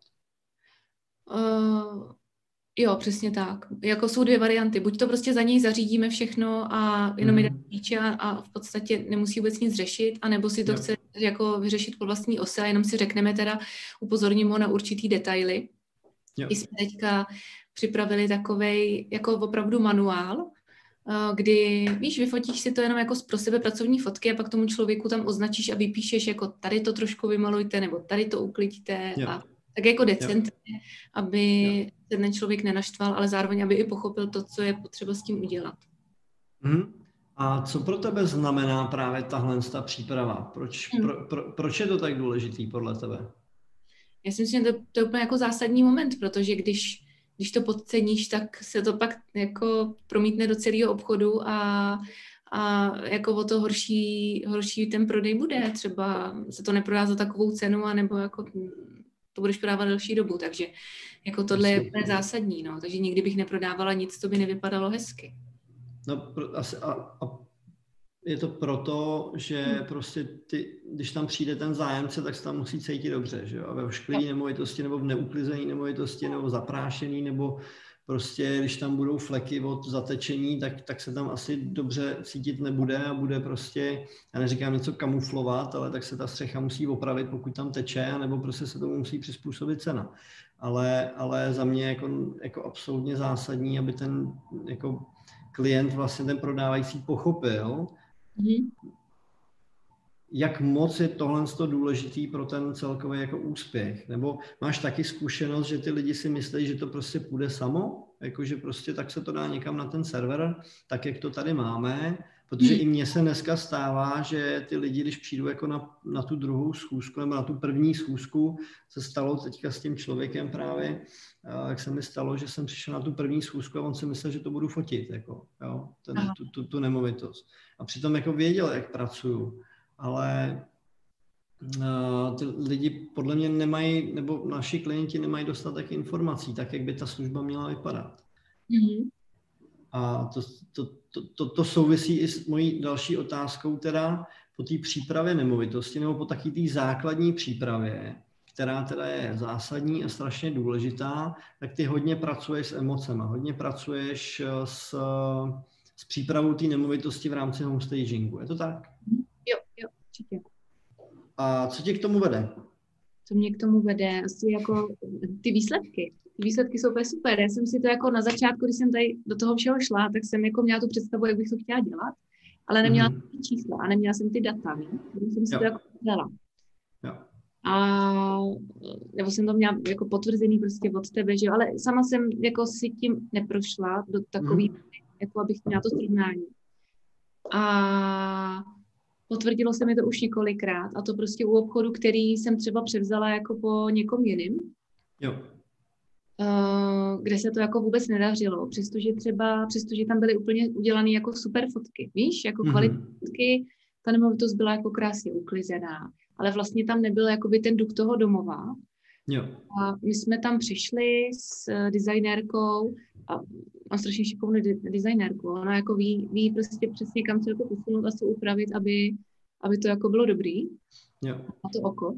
Uh, jo, přesně tak. Jako jsou dvě varianty. Buď to prostě za něj zařídíme všechno a jenom mm-hmm. jde píče a, a v podstatě nemusí vůbec nic řešit, anebo si to jo. chce jako vyřešit po vlastní ose a jenom si řekneme teda, upozorním ho na určitý detaily. Jo. My jsme teďka připravili takovej jako opravdu manuál, kdy, víš, vyfotíš si to jenom jako pro sebe pracovní fotky a pak tomu člověku tam označíš a vypíšeš jako tady to trošku vymalujte nebo tady to ukliďte jo. a tak jako decentně, aby jo. se ten člověk nenaštval, ale zároveň, aby i pochopil to, co je potřeba s tím udělat. Hmm. A co pro tebe znamená právě tahle ta příprava? Proč, hmm. pro, pro, proč je to tak důležitý podle tebe? Já si myslím, že to, to je úplně jako zásadní moment, protože když Když to podceníš, tak se to pak jako promítne do celého obchodu a, a jako o to horší, horší ten prodej bude. Třeba se to neprodá za takovou cenu, anebo jako to budeš prodávat delší dobu. Takže jako tohle je úplně zásadní. No. Takže nikdy bych neprodávala nic, co by nevypadalo hezky. No asi a, a je to proto, že hmm. prostě ty, když tam přijde ten zájemce, tak se tam musí cítit dobře, že jo? A ve ošklivý nemovitosti, nebo v neuklizený nemovitosti, nebo zaprášený, nebo prostě, když tam budou fleky od zatečení, tak, tak se tam asi dobře cítit nebude a bude prostě, já neříkám něco kamuflovat, ale tak se ta střecha musí opravit, pokud tam teče, nebo prostě se tomu musí přizpůsobit cena. Ale, ale za mě jako, jako absolutně zásadní, aby ten jako klient, vlastně ten prodávající pochopil, Mm-hmm. jak moc je tohle důležitý pro ten celkový jako úspěch? Nebo máš taky zkušenost, že ty lidi si myslí, že to prostě půjde samo? Jakože prostě tak se to dá někam na ten server, tak jak to tady máme, protože mm. i mně se dneska stává, že ty lidi, když přijdu jako na, na tu druhou schůzku nebo na tu první schůzku, se stalo teďka s tím člověkem právě, jak se mi stalo, že jsem přišel na tu první schůzku a on si myslel, že to budu fotit, jako, jo, ten, tu, tu, tu nemovitost. A přitom jako věděl, jak pracuju, ale uh, ty lidi podle mě nemají, nebo naši klienti nemají dostatek informací, tak jak by ta služba měla vypadat. Mm-hmm. A to, to, to, to, to souvisí i s mojí další otázkou, teda po té přípravě nemovitosti, nebo po taky té základní přípravě, která teda je zásadní a strašně důležitá, tak ty hodně pracuješ s emocema, hodně pracuješ s, s přípravou té nemovitosti v rámci homestagingu. Je to tak? Jo, jo, určitě. A co tě k tomu vede? Co mě k tomu vede? Asi jako ty výsledky. Ty výsledky jsou úplně super. Já jsem si to jako na začátku, když jsem tady do toho všeho šla, tak jsem jako měla tu představu, jak bych to chtěla dělat, ale neměla mm-hmm. ty čísla a neměla jsem ty data, když jsem si jo. to jako vzala. Jo. A nebo jsem to měla jako potvrzený prostě od tebe, že jo, ale sama jsem jako si tím neprošla do takový, mm. jako abych měla to srovnání. A potvrdilo se mi to už několikrát a to prostě u obchodu, který jsem třeba převzala jako po někom jiným. Jo. uh, kde se to jako vůbec nedařilo, přestože třeba, přestože tam byly úplně udělané jako super fotky, víš, jako kvalitní mm-hmm. fotky, ta nemovitost byla jako krásně uklizená, ale vlastně tam nebyl jakoby ten duch toho domova. Jo. A my jsme tam přišli s designérkou a mám strašně šikovnou designérku. Ona jako ví, ví prostě přesně, kam se jako posunout a co upravit, aby, aby to jako bylo dobrý. Jo. Na to oko.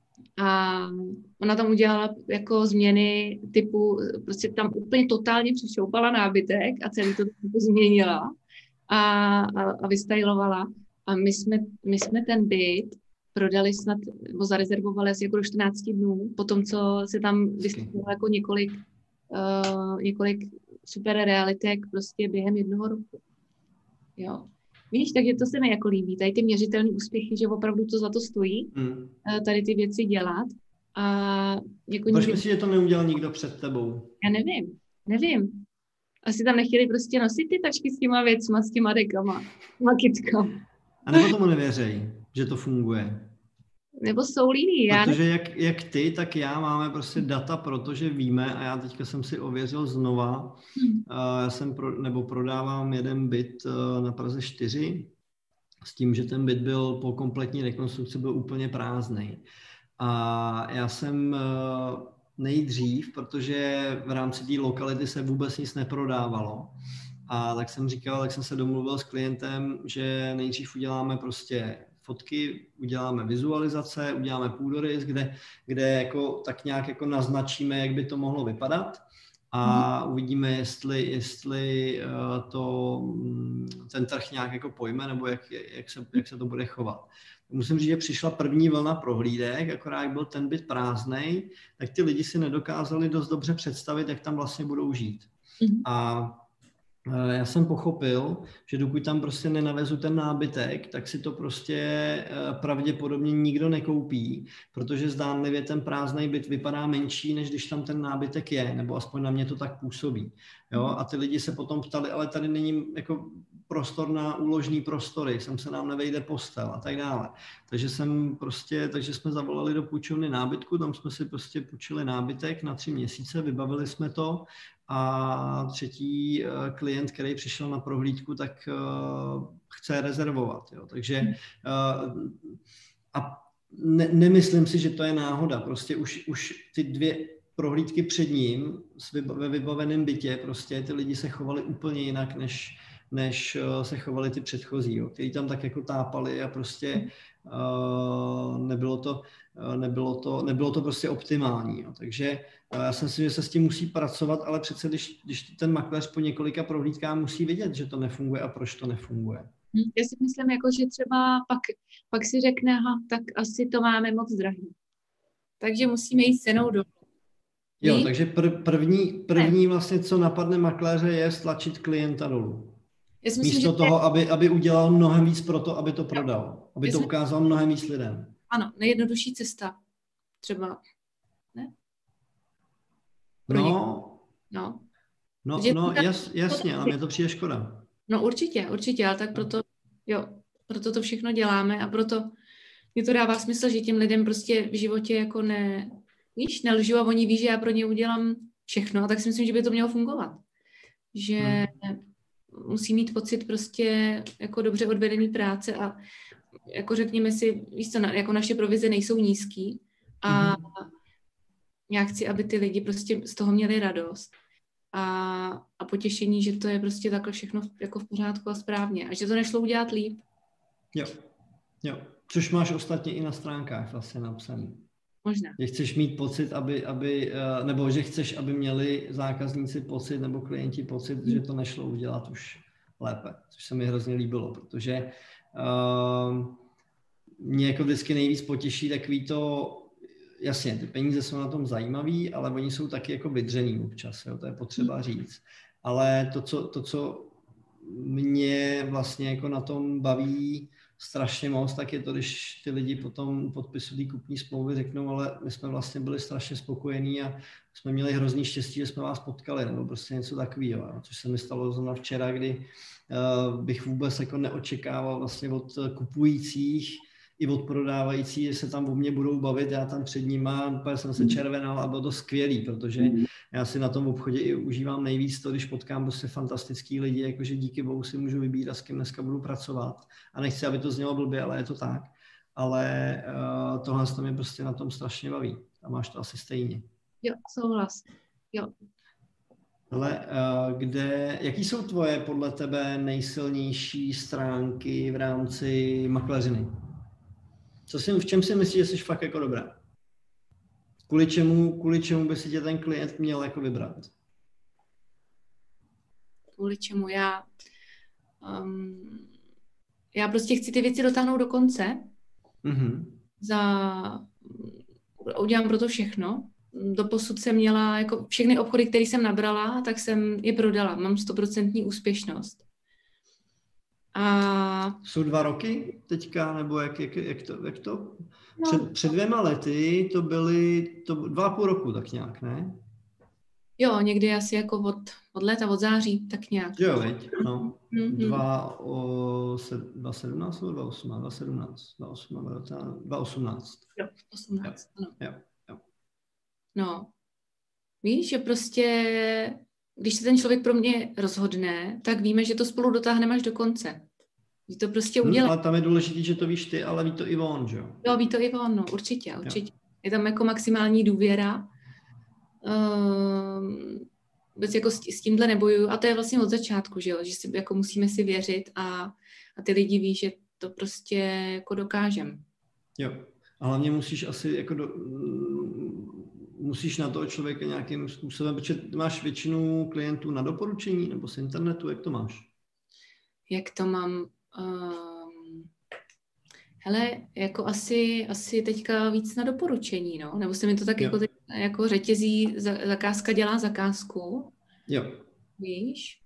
A ona tam udělala jako změny typu, prostě tam úplně totálně přešoupala nábytek a celý to jako změnila a, a, a vystylovala. A my jsme, my jsme ten byt prodali snad, nebo zarezervovali asi jako do čtrnáct dnů, po tom, co se tam vystavilo jako několik, uh, několik super realitek prostě během jednoho roku. Jo. Víš, takže to se mi jako líbí, tady ty měřitelné úspěchy, že opravdu to za to stojí, hmm. tady ty věci dělat. A jako Proč myslíš, že to neudělal nikdo před tebou? Já nevím, nevím. Asi tam nechtěli prostě nosit ty tašky s těma věcma, s těma dekama, makitkama. A nebo tomu nevěřejí, že to funguje? Nebo jsou líní, já Protože jak, jak ty, tak já máme prostě data, protože víme, a já teďka jsem si ověřil znova, hmm. uh, já jsem pro, nebo prodávám jeden byt uh, na Praze čtyři, s tím, že ten byt byl po kompletní rekonstrukci byl úplně prázdný. A já jsem uh, nejdřív, protože v rámci té lokality se vůbec nic neprodávalo, a tak jsem říkal, tak jsem se domluvil s klientem, že nejdřív uděláme prostě fotky, uděláme vizualizace, uděláme půdorys, kde, kde jako, tak nějak jako naznačíme, jak by to mohlo vypadat a mm. uvidíme, jestli, jestli uh, to, ten trh nějak jako pojme, nebo jak, jak, se, jak se to bude chovat. Musím říct, že přišla první vlna prohlídek, akorát jak byl ten byt prázdnej, tak ty lidi si nedokázali dost dobře představit, jak tam vlastně budou žít. Mm. A já jsem pochopil, že dokud tam prostě nenavezu ten nábytek, tak si to prostě pravděpodobně nikdo nekoupí, protože zdánlivě ten prázdný byt vypadá menší, než když tam ten nábytek je, nebo aspoň na mě to tak působí. Jo? A ty lidi se potom ptali, ale tady není jako prostor na úložní prostory, sem se nám nevejde postel a tak dále. Takže jsem prostě, takže jsme zavolali do půjčovny nábytku, tam jsme si prostě půjčili nábytek na tři měsíce, vybavili jsme to. A třetí uh, klient, který přišel na prohlídku, tak uh, chce rezervovat. Jo. Takže uh, a ne, nemyslím si, že to je náhoda. Prostě už, už ty dvě prohlídky před ním ve vybaveném bytě, prostě ty lidi se chovali úplně jinak, než, než uh, se chovali ty předchozí, jo, který tam tak jako tápali a prostě uh, nebylo to, uh, nebylo to, nebylo to prostě optimální. Jo. Takže já si myslím, že se s tím musí pracovat, ale přece, když, když ten makléř po několika prohlídkách musí vidět, že to nefunguje a proč to nefunguje. Já si myslím, jako, že třeba pak, pak si řekne, aha, tak asi to máme moc drahý. Takže musíme jít cenou dolů. Jo, takže pr- první, první vlastně, co napadne makléře, je stlačit klienta dolů. Já si myslím, místo že toho, aby, aby udělal mnohem víc pro to, aby to prodal. Aby Já to ukázal mnohem víc lidem. Ano, nejjednodušší cesta. Třeba, ne? No, no, no, no jas, jasně, ale mě to přijde škoda. No určitě, určitě, ale tak proto, jo, proto to všechno děláme a proto mi to dává smysl, že těm lidem prostě v životě jako ne, víš, nelžu a oni ví, že já pro ně udělám všechno, a tak si myslím, že by to mělo fungovat. Že hmm. musí mít pocit prostě jako dobře odvedený práce a jako řekněme si, víš co, jako naše provize nejsou nízký a hmm. já chci, aby ty lidi prostě z toho měli radost a, a potěšení, že to je prostě takhle všechno jako v pořádku a správně a že to nešlo udělat líp. Jo, jo. Což máš ostatně i na stránkách vlastně napsaný. Možná. Že chceš mít pocit, aby, aby, nebo že chceš, aby měli zákazníci pocit nebo klienti pocit, hmm. že to nešlo udělat už lépe, což se mi hrozně líbilo, protože uh, mě jako vždycky nejvíc potěší takový to, jasně, ty peníze jsou na tom zajímavý, ale oni jsou taky jako vydřený občas, jo, to je potřeba říct. Ale to co, to, co mě vlastně jako na tom baví strašně moc, tak je to, když ty lidi potom podpisují kupní smlouvy, řeknou, ale my jsme vlastně byli strašně spokojení a jsme měli hrozný štěstí, že jsme vás potkali, nebo prostě něco takového, což se mi stalo zrovna včera, kdy uh, bych vůbec jako neočekával vlastně od kupujících, i od prodávající, že se tam o mě budou bavit, já tam před nima, úplně jsem se červenal a bylo to skvělý, protože já si na tom obchodě i užívám nejvíc to, když potkám prostě fantastický lidi, jakože díky bohu si můžu vybírat, s kým dneska budu pracovat. A nechci, aby to znělo blbě, ale je to tak. Ale uh, tohle to mě prostě na tom strašně baví. A máš to asi stejně. Jo, souhlas. Jo. Ale uh, kde, jaký jsou tvoje podle tebe nejsilnější stránky v rámci makléřiny? Co si, v čem si myslíš, že jsi fakt jako dobrá? Kvůli čemu, kvůli čemu by si tě ten klient měl jako vybrat? Kvůli čemu já... Um, já prostě chci ty věci dotáhnout do konce. Mm-hmm. Za, udělám pro to všechno. Doposud jsem měla, jako všechny obchody, které jsem nabrala, tak jsem je prodala. Mám stoprocentní úspěšnost. A... Jsou dva roky teďka, nebo jak, jak, jak to? Jak to? Před, no. před dvěma lety to byly to dva a půl roku, tak nějak, ne? Jo, někdy asi jako od, od léta, od září, tak nějak. Jo, veď, no. Mm-hmm. Dva, o, se, dva sedmnáct nebo dva osmnáct? Dva sedmnáct, dva osmnáct, dva osmnáct. Jo, osmnáct, ano. Jo, jo. No, víš, že prostě, když se ten člověk pro mě rozhodne, tak víme, že to spolu dotáhneme až do konce. Že to prostě udělá. Hmm, ale tam je důležité, že to víš ty, ale ví to i on, že jo? Jo, ví to i on, no, určitě, určitě. Jo. Je tam jako maximální důvěra. Um, vůbec jako s, s tímhle nebojuju. A to je vlastně od začátku, že jo? Že si, jako musíme si věřit a, a ty lidi ví, že to prostě jako dokážem. Jo. A hlavně musíš asi jako do, musíš na toho člověka nějakým způsobem, protože máš většinu klientů na doporučení nebo z internetu, jak to máš? Jak to mám? Um, hele, jako asi, asi teďka víc na doporučení, no? Nebo se mi to tak jako, teď, jako řetězí, zakázka dělá zakázku. Jo. Víš?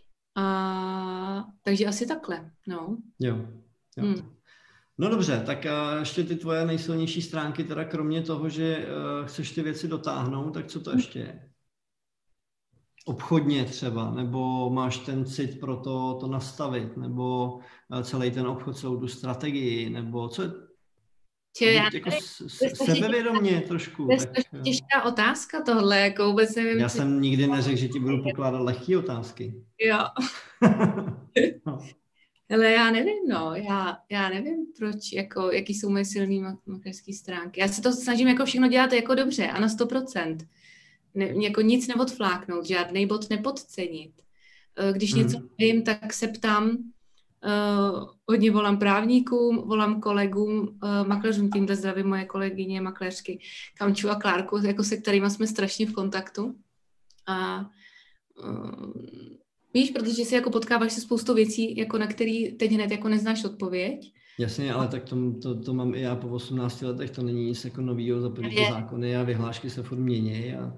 A takže asi takhle, no. Jo. Jo. Hmm. No dobře, tak uh, ještě ty tvoje nejsilnější stránky, teda kromě toho, že uh, chceš ty věci dotáhnout, tak co to ještě je? Obchodně třeba, nebo máš ten cit pro to, to nastavit, nebo uh, celý ten obchod, celou tu strategii, nebo co je? Tě, já jako sebevědomě trošku. To je tak, těžká otázka tohle, jako vůbec nevím. Já jsem nikdy neřekl, že ti budu pokládat lehké otázky. Jo. no. Ale já nevím, no, já, já nevím, proč, jako, jaký jsou moje silné makléřské stránky. Já se to snažím jako všechno dělat jako dobře a na sto procent. Ne, jako nic neodfláknout, žádný bod nepodcenit. Když mm. něco vím, tak se ptám, uh, hodně volám právníkům, volám kolegům, uh, makléřům, tímhle zdravím moje kolegyně, makléřky Kamču a Klárku, jako se kterými jsme strašně v kontaktu. A uh, víš, protože si jako potkáváš se spoustou věcí, jako na který teď hned jako neznáš odpověď. Jasně, ale tak to, to, to mám i já po osmnácti letech, to není nic jako novýho, za zákony a vyhlášky se furt mění. A...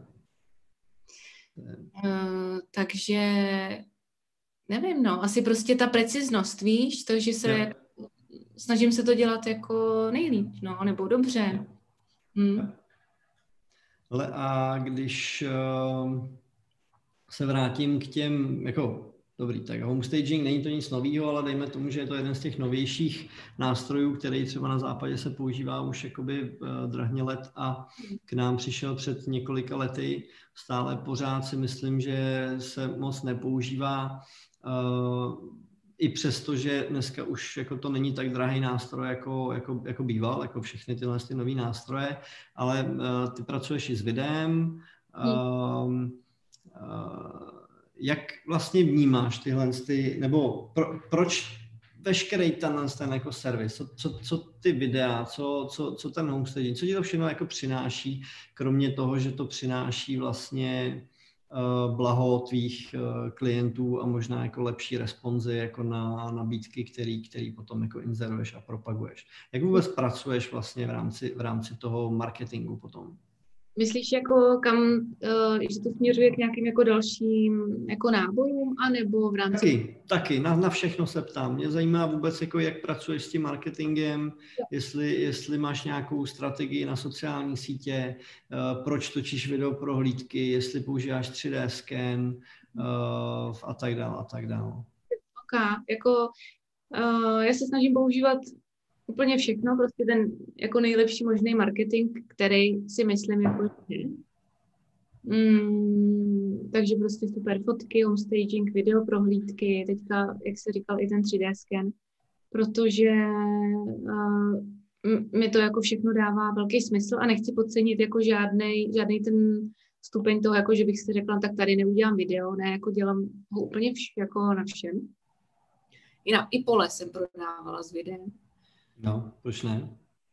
Uh, takže nevím, no, asi prostě ta preciznost, víš, to, že se jo. snažím se to dělat jako nejlíp, no, nebo dobře. Hmm. Ale a když uh, se vrátím k těm, jako, dobrý, tak homestaging není to nic novýho, ale dejme tomu, že je to jeden z těch novějších nástrojů, který třeba na západě se používá už jakoby uh, drahně let a k nám přišel před několika lety. Stále pořád si myslím, že se moc nepoužívá. Uh, I přesto, že dneska už jako to není tak drahý nástroj, jako, jako, jako býval, jako všechny tyhle ty nový nástroje, ale uh, ty pracuješ i s videem. Uh, uh, jak vlastně vnímáš tyhle, ty, nebo pro, proč veškerý tenhle ten jako servis, co, co, co ty videa, co, co, co ten homestaging, co ti to všechno jako přináší, kromě toho, že to přináší vlastně uh, blaho tvých uh, klientů a možná jako lepší responzy jako na nabídky, který, který potom jako inzeruješ a propaguješ. Jak vůbec pracuješ vlastně v rámci, v rámci toho marketingu potom? Myslíš, jako kam, uh, že to směřuje k nějakým jako dalším jako nábojům, anebo v rámci... Taky, taky, na, na všechno se ptám. Mě zajímá vůbec, jako jak pracuješ s tím marketingem, jestli, jestli máš nějakou strategii na sociální sítě, uh, proč točíš video prohlídky, jestli používáš tři dé scan uh, a tak dále a tak dále. Ok, jako uh, já se snažím používat úplně všechno, prostě ten jako nejlepší možný marketing, který si myslím jako je. Mm, takže prostě super fotky, homestaging, video prohlídky, teďka, jak se říkal, i ten tři dé sken, protože uh, mi to jako všechno dává velký smysl a nechci podcenit jako žádnej, žádnej ten stupeň toho, jako že bych si řekla, tak tady neudělám video, ne, jako dělám ho úplně vš, jako na všem. I, na, i pole jsem prodávala s videem. No, proč ne?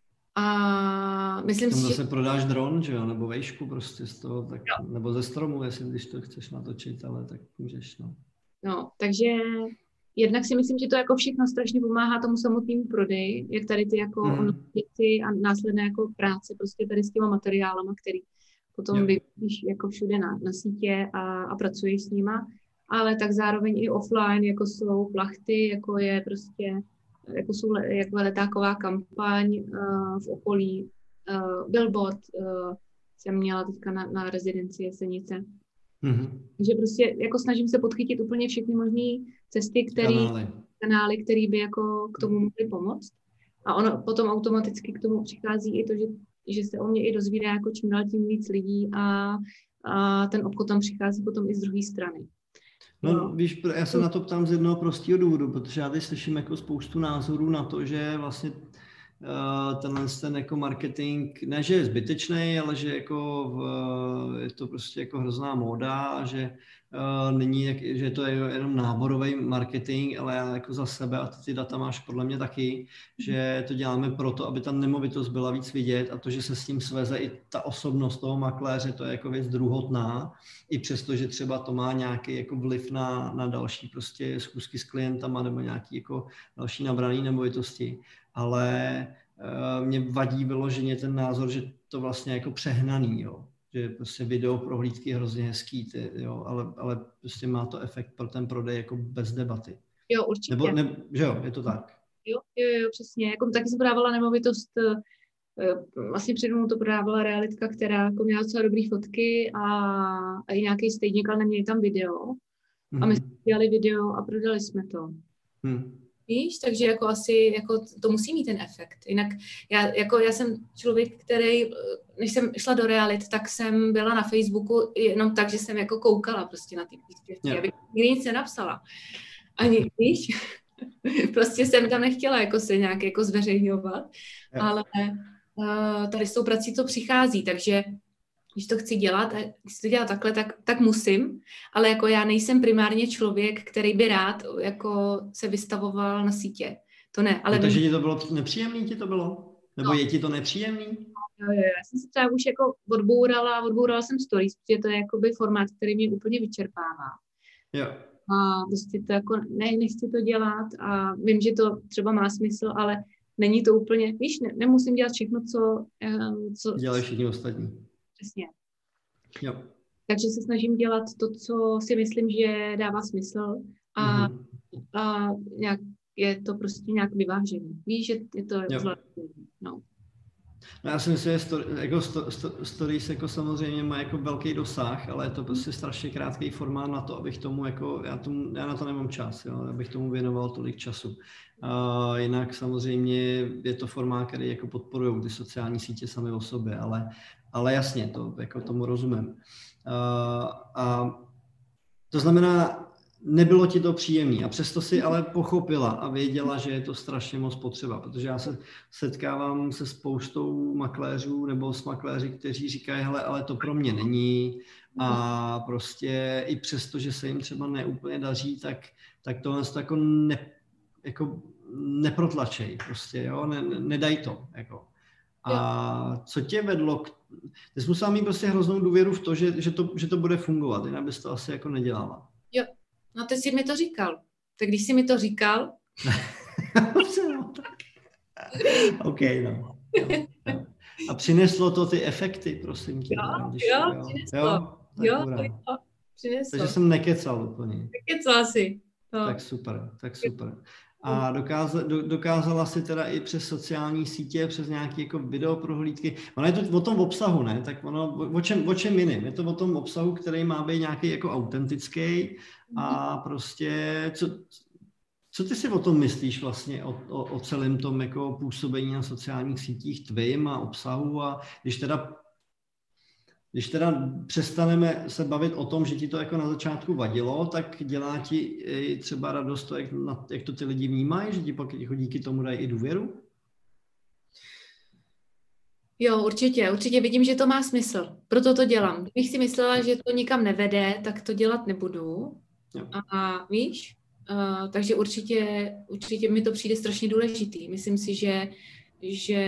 A myslím Tam si, zase že... prodáš dron, že jo, nebo vejšku prostě z toho, tak, nebo ze stromu, jestli když to chceš natočit, ale tak můžeš, no. No, takže jednak si myslím, že to jako všechno strašně pomáhá tomu samotnému prodeji, jak tady ty jako Mm. online a následné jako práce prostě tady s těma materiálama, který potom Jo. vyvíjíš jako všude na, na sítě a, a pracuješ s nima, ale tak zároveň i offline, jako jsou plachty, jako je prostě, jako jsou le, jako letáková kampaň uh, v okolí, uh, billboard uh, jsem měla teďka na, na rezidenci Jesenice. Mm-hmm. Takže prostě jako snažím se podchytit úplně všechny možné cesty, který, Kanály. kanály, které by jako k tomu mohly pomoct. A ono potom automaticky k tomu přichází i to, že, že se o mě i dozvídá jako čím dál tím víc lidí a, a ten obchod tam přichází potom i z druhé strany. No, no víš, já se na to ptám z jednoho prostého důvodu, protože já teď slyším jako spoustu názorů na to, že vlastně uh, tenhle ten jako marketing, ne, že je zbytečný, ale že jako uh, je to prostě jako hrozná móda, že uh, není, jak, že to je jenom náborový marketing, ale já jako za sebe, a ty, ty data máš podle mě taky, že to děláme proto, aby ta nemovitost byla víc vidět a to, že se s tím sveze i ta osobnost toho makléře, to je jako věc druhotná, i přesto, že třeba to má nějaký jako vliv na, na další prostě schůzky s klientama nebo nějaký jako další nabraný nemovitosti. Ale uh, mě vadí vyloženě ten názor, že to vlastně jako přehnaný, jo. Že prostě video prohlídky je hrozně hezký, ty, jo, ale, ale prostě má to efekt pro ten prodej jako bez debaty. Jo, určitě. Nebo, ne, že jo, je to tak. Jo, jo, jo, přesně. Jako, taky jsem prodávala nemovitost, vlastně před mnou to prodávala realitka, která jako měla docela dobrý fotky a, a i nějaký stejník, ale neměli tam video. Mm-hmm. A my jsme dělali video a prodali jsme to. Mm. Víš, takže jako asi jako to musí mít ten efekt. Jinak já, jako já jsem člověk, který, než jsem šla do realit, tak jsem byla na Facebooku jenom tak, že jsem jako koukala prostě na ty příspěvky, yeah. Abych nikdy nic nenapsala. Ani, víš, prostě jsem tam nechtěla jako se nějak jako zveřejňovat, yeah. Ale uh, tady s tou prací to přichází, takže když to chci dělat, a když to dělat takhle, tak, tak musím, ale jako já nejsem primárně člověk, který by rád jako se vystavoval na sítě. To ne, ale... No, takže ti to bylo nepříjemný, ti to bylo? Nebo no. Je ti to nepříjemný? Jo, jo, já jsem se třeba už jako odbourala, odbourala jsem stories, protože to je jakoby formát, který mě úplně vyčerpává. Jo. A prostě to jako, ne, nechci to dělat a vím, že to třeba má smysl, ale není to úplně, víš, ne, nemusím dělat všechno, co... co dělají všichni ostatní. Přesně. Jo. Takže se snažím dělat to, co si myslím, že dává smysl a, mm-hmm. a nějak je to prostě nějak vyvážený. Víš, že je to zvládný. No. No já si myslím, že story, jako sto, sto, stories jako samozřejmě má jako velký dosah, ale je to prostě strašně krátký formát na to, abych tomu jako, já, tomu, já na to nemám čas, jo, abych tomu věnoval tolik času. Uh, jinak samozřejmě je to formát, který jako podporují ty sociální sítě sami o sobě, ale, ale jasně, to jako tomu rozumím. Uh, a to znamená, nebylo ti to příjemné a přesto si ale pochopila a věděla, že je to strašně moc potřeba, protože já se setkávám se spoustou makléřů nebo s makléři, kteří říkají, hele, ale to pro mě není a prostě i přesto, že se jim třeba neúplně daří, tak, tak tohle to jako, ne, jako neprotlačej prostě, jo, ne, ne, nedaj to, jako. A co tě vedlo k... Ty jsi musela mít prostě hroznou důvěru v to, že, že, to, že to bude fungovat, jinak bys to asi jako nedělala. Jo. No ty jsi mi to říkal. Tak když jsi mi to říkal... OK, no. Jo, jo. A přineslo to ty efekty, prosím tě. Jo, když, jo, jo, přineslo. Jo, jo, jo, přineslo. Takže jsem nekecal úplně. Nekecal si. No. Tak super, tak super. A dokázala, do, dokázala si teda i přes sociální sítě, přes nějaké jako videoprohlídky. Ono je to o tom obsahu, ne? Tak ono, o čem, o čem jiným? Je to o tom obsahu, který má být nějaký jako autentický a prostě, co, Co ty si o tom myslíš vlastně, o, o, o celém tom jako působení na sociálních sítích tvým a obsahu a když teda, když teda přestaneme se bavit o tom, že ti to jako na začátku vadilo, tak dělá ti i třeba radost to, jak, jak to ty lidi vnímají, že ti pak jako díky tomu dají i důvěru? Jo, určitě, určitě vidím, že to má smysl. Proto to dělám. Kdybych si myslela, že to nikam nevede, tak to dělat nebudu. Jo. A víš? Uh, takže určitě, určitě mi to přijde strašně důležitý. Myslím si, že, že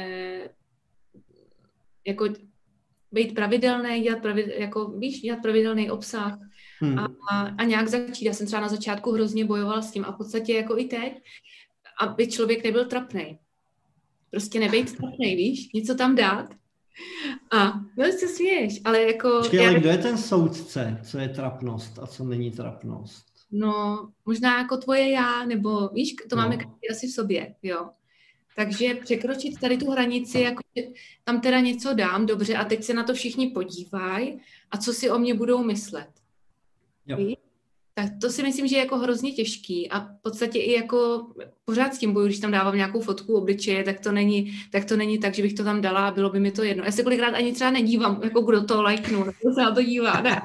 jako být pravidelný, dělat, pravidel, jako, víš, dělat pravidelný obsah hmm. a, a, a nějak začít. Já jsem třeba na začátku hrozně bojovala s tím a v podstatě jako i teď, aby člověk nebyl trapnej. Prostě nebejt trapnej, víš? Něco tam dát. A no se směješ, ale jako... Počkej, ale já... kdo je ten soudce, co je trapnost a co není trapnost? No, možná jako tvoje já, nebo víš, to no. máme každý asi v sobě, jo. Takže překročit tady tu hranici, jako tam teda něco dám, dobře, a teď se na to všichni podívají a co si o mě budou myslet. Jo. Víš? Tak to si myslím, že je jako hrozně těžký a v podstatě i jako pořád s tím boju, když tam dávám nějakou fotku obličeje, tak to není, tak to není tak, že bych to tam dala a bylo by mi to jedno. Já se kolikrát ani třeba nedívám, jako kdo to lajknul, kdo se na to dívá, ne.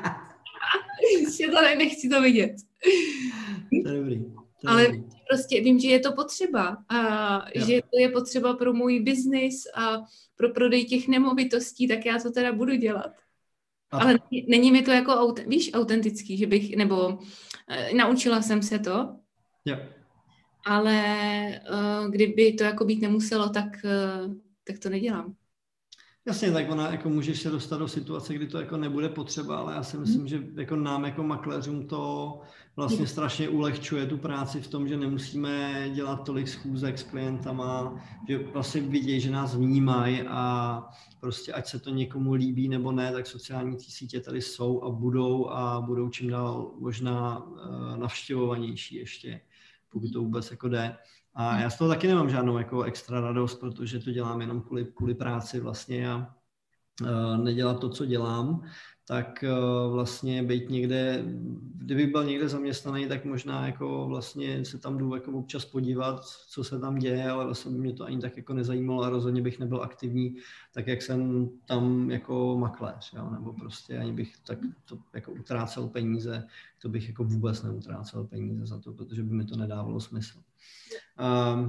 Já to ne, nechci to vidět. To je dobrý. To je Ale dobrý. prostě vím, že je to potřeba a jo. že to je potřeba pro můj biznis a pro prodej těch nemovitostí, tak já to teda budu dělat. A... Ale není mi to jako, víš, autentický, že bych, nebo e, naučila jsem se to, jo. ale e, kdyby to jako být nemuselo, tak, e, tak to nedělám. Jasně, tak ona jako můžeš se dostat do situace, kdy to jako nebude potřeba, ale já si myslím, hmm. že jako nám jako makléřům to vlastně strašně ulehčuje tu práci v tom, že nemusíme dělat tolik schůzek s klientama, že vlastně vidějí, že nás vnímají a prostě ať se to někomu líbí nebo ne, tak sociální sítě tady jsou a budou a budou čím dál možná navštěvovanější ještě, pokud to vůbec jako jde. A já z toho taky nemám žádnou jako extra radost, protože to dělám jenom kvůli, kvůli práci vlastně a uh, nedělat to, co dělám, tak uh, vlastně být někde, kdybych byl někde zaměstnaný, tak možná jako vlastně se tam jdu jako občas podívat, co se tam děje, ale vlastně by mě to ani tak jako nezajímalo a rozhodně bych nebyl aktivní, tak jak jsem tam jako makléř, jo? Nebo prostě ani bych tak to jako utrácel peníze, to bych jako vůbec neutrácel peníze za to, protože by mi to nedávalo smysl. Um,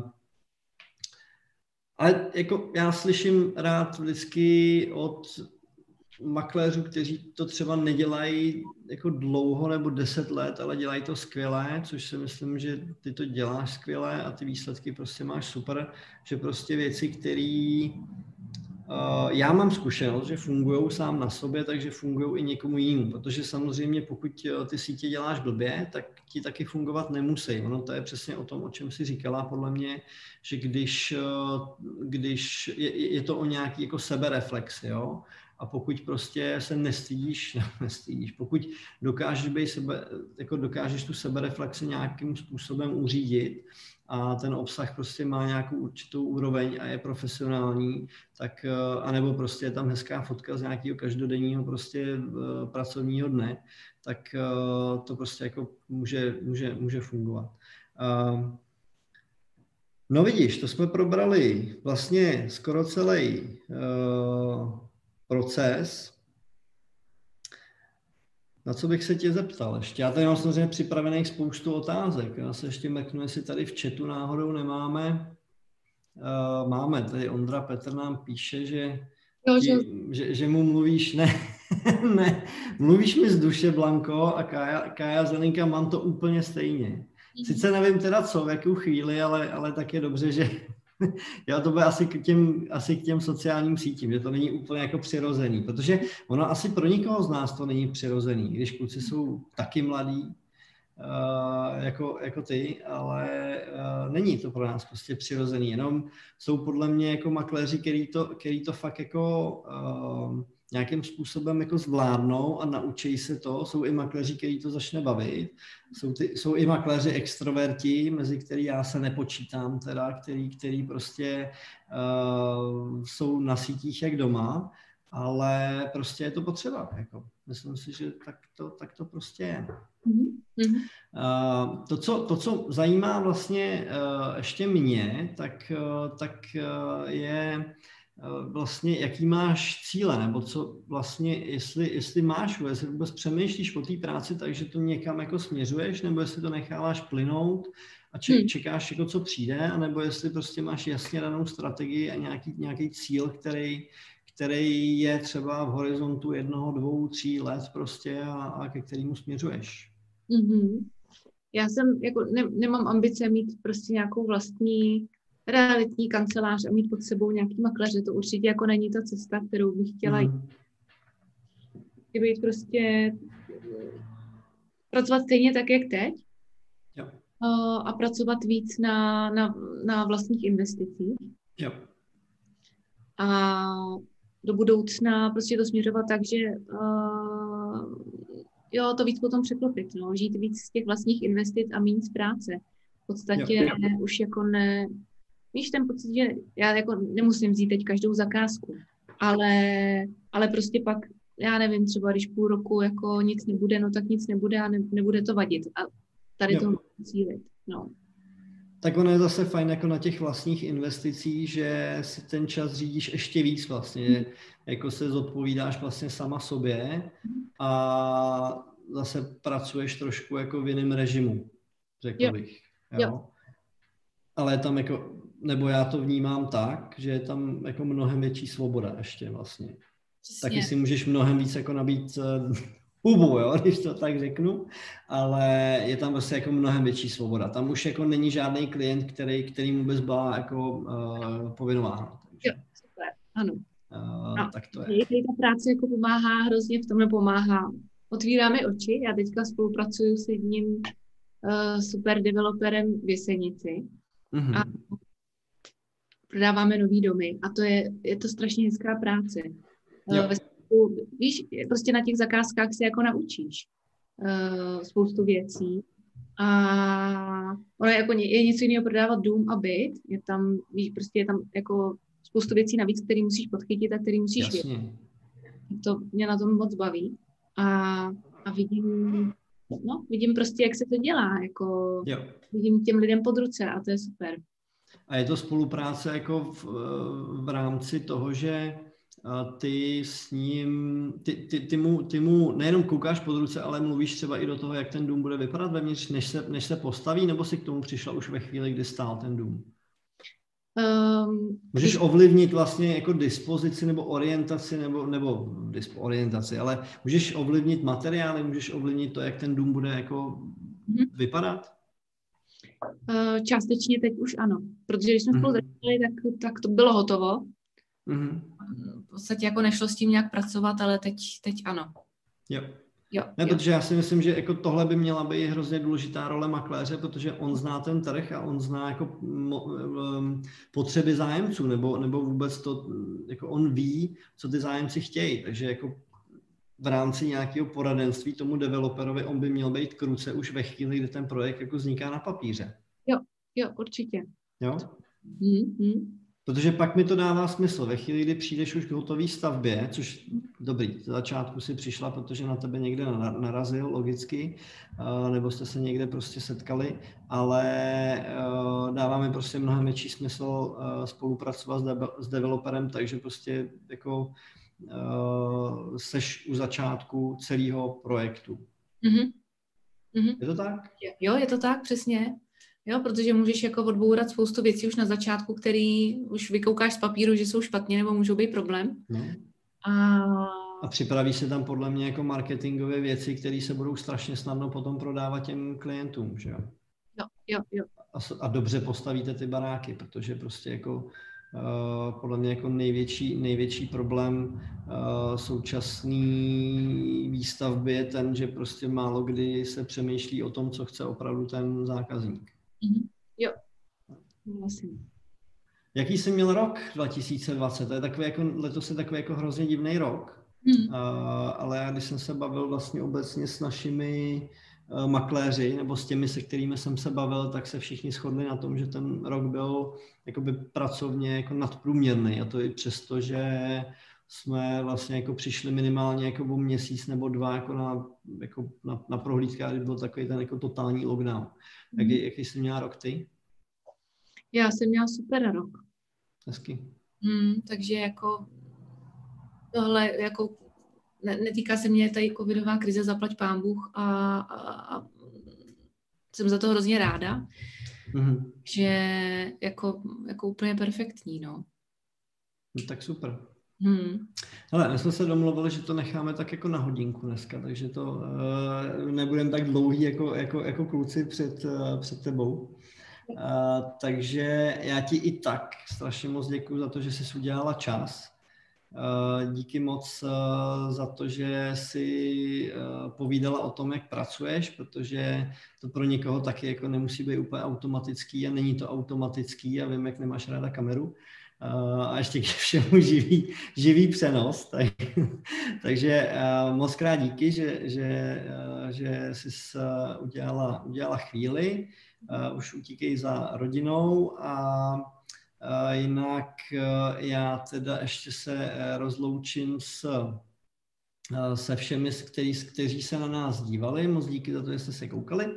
ale jako já slyším rád vždycky od makléřů, kteří to třeba nedělají jako dlouho nebo deset let, ale dělají to skvěle, což si myslím, že ty to děláš skvěle a ty výsledky prostě máš super, že prostě věci, které uh, já mám zkušenost, že fungují sám na sobě, takže fungují i někomu jinému, protože samozřejmě pokud ty sítě děláš blbě, tak ti taky fungovat nemusí. Ono to je přesně o tom, o čem jsi říkala, podle mě, že když, když je, je to o nějaký jako sebereflexi, jo? A pokud prostě se nestydíš, ne, nestydíš, pokud dokážeš, být sebe, jako dokážeš tu sebereflexi nějakým způsobem uřídit a ten obsah prostě má nějakou určitou úroveň a je profesionální, tak anebo prostě je tam hezká fotka z nějakého každodenního prostě pracovního dne, tak to prostě jako může, může, může fungovat. No vidíš, to jsme probrali vlastně skoro celý proces. Na co bych se tě zeptal ještě? Já tady mám samozřejmě připravených spoustu otázek. Já se ještě mrknu, jestli tady v chatu náhodou nemáme. Uh, máme, tady Ondra Petr nám píše, že, no, že, že, že mu mluvíš, ne, ne, mluvíš mi z duše, Blanko, a Kája, Kája Zelinka, mám to úplně stejně. Sice nevím teda co, v jakou chvíli, ale, ale tak je dobře, že já to bude asi k, těm, asi k těm sociálním sítím, že to není úplně jako přirozený, protože ono asi pro nikoho z nás to není přirozený, když kluci jsou taky mladí, uh, jako, jako ty, ale uh, není to pro nás prostě přirozený, jenom jsou podle mě jako makléři, který to, který to fakt jako uh, nějakým způsobem jako zvládnou a naučí se to. Jsou i makléři, který to začne bavit. Jsou, ty, jsou i makléři extroverti, mezi který já se nepočítám teda, který, který prostě uh, jsou na sítích jak doma. ale prostě je to potřeba. Jako. Myslím si, že tak to, tak to prostě je. Mm-hmm. Uh, to, co, to, co zajímá vlastně uh, ještě mě, tak, uh, tak uh, je uh, vlastně, jaký máš cíle, nebo co vlastně, jestli, jestli máš, jestli vůbec přemýšlíš o té práci, takže to někam jako směřuješ, nebo jestli to necháváš plynout a ček, čekáš, jako co přijde, anebo jestli prostě máš jasně danou strategii a nějaký, nějaký cíl, který, který je třeba v horizontu jednoho, dvou, tří let prostě a, a ke kterému směřuješ. Mm-hmm. Já jsem, jako ne, nemám ambice mít prostě nějakou vlastní realitní kancelář a mít pod sebou nějaký makléře. To určitě jako není ta cesta, kterou bych chtěla jít. Mm. Chci být prostě pracovat stejně tak, jak teď. Jo. A pracovat víc na, na, na vlastních investicích. Jo. A do budoucna prostě to směřovat tak, že uh, jo, to víc potom překlopit, no, žít víc z těch vlastních investic a méně z práce. V podstatě jo, jo. už jako ne, víš ten pocit, že já jako nemusím vzít teď každou zakázku, ale, ale prostě pak, já nevím, třeba když půl roku jako nic nebude, no tak nic nebude a ne, nebude to vadit. A tady jo. to můžu cílit, no. Tak ono je zase fajn jako na těch vlastních investicích, že si ten čas řídíš ještě víc vlastně, jako se zodpovídáš vlastně sama sobě a zase pracuješ trošku jako v jiném režimu, řekl jo. bych. Jo? Jo. Ale je tam jako, nebo já to vnímám tak, že je tam jako mnohem větší svoboda ještě vlastně. Přesně. Taky si můžeš mnohem víc jako nabít hubu, jo, když to tak řeknu, ale je tam prostě jako mnohem větší svoboda. Tam už jako není žádný klient, který, který vůbec byla jako uh, povinována. Jo, super, ano. Uh, no, tak to je. Tady ta práce jako pomáhá, hrozně v tom nepomáhá. Otvírá mi oči, já teďka spolupracuju s jedním uh, super developerem v Jesenici Mm-hmm. a prodáváme nový domy a to je, je to strašně hezká práce. Uh, víš, prostě na těch zakázkách se jako naučíš uh, spoustu věcí a ono je, jako, je něco jiného prodávat dům a byt, je tam, víš, prostě je tam jako spoustu věcí navíc, které musíš podchytit a které musíš vědět. To mě na tom moc baví a, a vidím, no, vidím prostě, jak se to dělá, jako jo. Vidím těm lidem pod ruce a to je super. A je to spolupráce jako v, v rámci toho, že ty s ním, ty, ty, ty, mu, ty mu nejenom koukáš pod ruce, ale mluvíš třeba i do toho, jak ten dům bude vypadat vevnitř, než se, než se postaví, nebo si k tomu přišla už ve chvíli, kdy stál ten dům? Um, Můžeš když... ovlivnit vlastně jako dispozici nebo orientaci, nebo, nebo dispo, orientaci, ale můžeš ovlivnit materiály, můžeš ovlivnit to, jak ten dům bude jako mm-hmm. vypadat? Uh, částečně teď už ano, protože když jsme mm-hmm. spolu začali, tak, tak to bylo hotovo. Mm-hmm. V podstatě jako nešlo s tím nějak pracovat, ale teď, teď ano. Jo. Jo, ne, jo. Protože já si myslím, že jako tohle by měla být hrozně důležitá role makléře, protože on zná ten trh a on zná jako potřeby zájemců, nebo, nebo vůbec to, jako on ví, co ty zájemci chtějí, takže jako v rámci nějakého poradenství tomu developerovi on by měl být k ruce už ve chvíli, kdy ten projekt jako vzniká na papíře. Jo, jo, určitě. Jo? Mm-hmm. Protože pak mi to dává smysl. Ve chvíli, kdy přijdeš už k hotové stavbě, což dobrý, z začátku si přišla, protože na tebe někde narazil, logicky, nebo jste se někde prostě setkali, ale dává mi prostě mnohem větší smysl spolupracovat s developerem, takže prostě jako seš u začátku celého projektu. Mm-hmm. Je to tak? Jo, je to tak, přesně. Jo, protože můžeš jako odbourat spoustu věcí už na začátku, který už vykoukáš z papíru, že jsou špatně nebo můžou být problém. No. A... a připraví se tam podle mě jako marketingové věci, které se budou strašně snadno potom prodávat těm klientům, že jo? Jo, jo, jo. A, a dobře postavíte ty baráky, protože prostě jako uh, podle mě jako největší, největší problém uh, současné výstavby je ten, že prostě málo kdy se přemýšlí o tom, co chce opravdu ten zákazník. Mm-hmm. Jo, vlastně. Jaký jsi měl rok dva tisíce dvacet? To je takový jako, letos je takový jako hrozně divný rok, mm. uh, ale já když jsem se bavil vlastně obecně s našimi uh, makléři, nebo s těmi, se kterými jsem se bavil, tak se všichni shodli na tom, že ten rok byl jakoby pracovně jako nadprůměrný, a to i přesto, že jsme vlastně jako přišli minimálně jako o měsíc nebo dva jako na, jako na, na prohlídkách, kdy byl takový ten jako totální lockdown. Mm. Jaký, jaký jsi měla rok ty? Já jsem měla super rok. Hezky. Hmm, takže jako tohle jako ne, netýká se mě tady covidová krize, zaplať pán Bůh a, a, a jsem za to hrozně ráda, mm-hmm. že jako, jako úplně perfektní, no. No tak super. Hmm. Hele, my jsme se domluvili, že to necháme tak jako na hodinku dneska, takže to uh, nebudeme tak dlouhý jako, jako, jako kluci před, uh, před tebou. Uh, takže já ti i tak strašně moc děkuju za to, že jsi udělala čas. Uh, díky moc uh, za to, že jsi uh, povídala o tom, jak pracuješ, protože to pro někoho taky jako nemusí být úplně automatický a není to automatický a vím, jak nemáš ráda kameru. Uh, a ještě k všemu živý, živý přenos. Tak, takže uh, moc krát díky, že, že, uh, že jsi uh, udělala, udělala chvíli. Uh, už utíkej za rodinou a uh, jinak uh, já teda ještě se uh, rozloučím s, uh, se všemi, který, kteří se na nás dívali. Moc díky za to, že jste se koukali.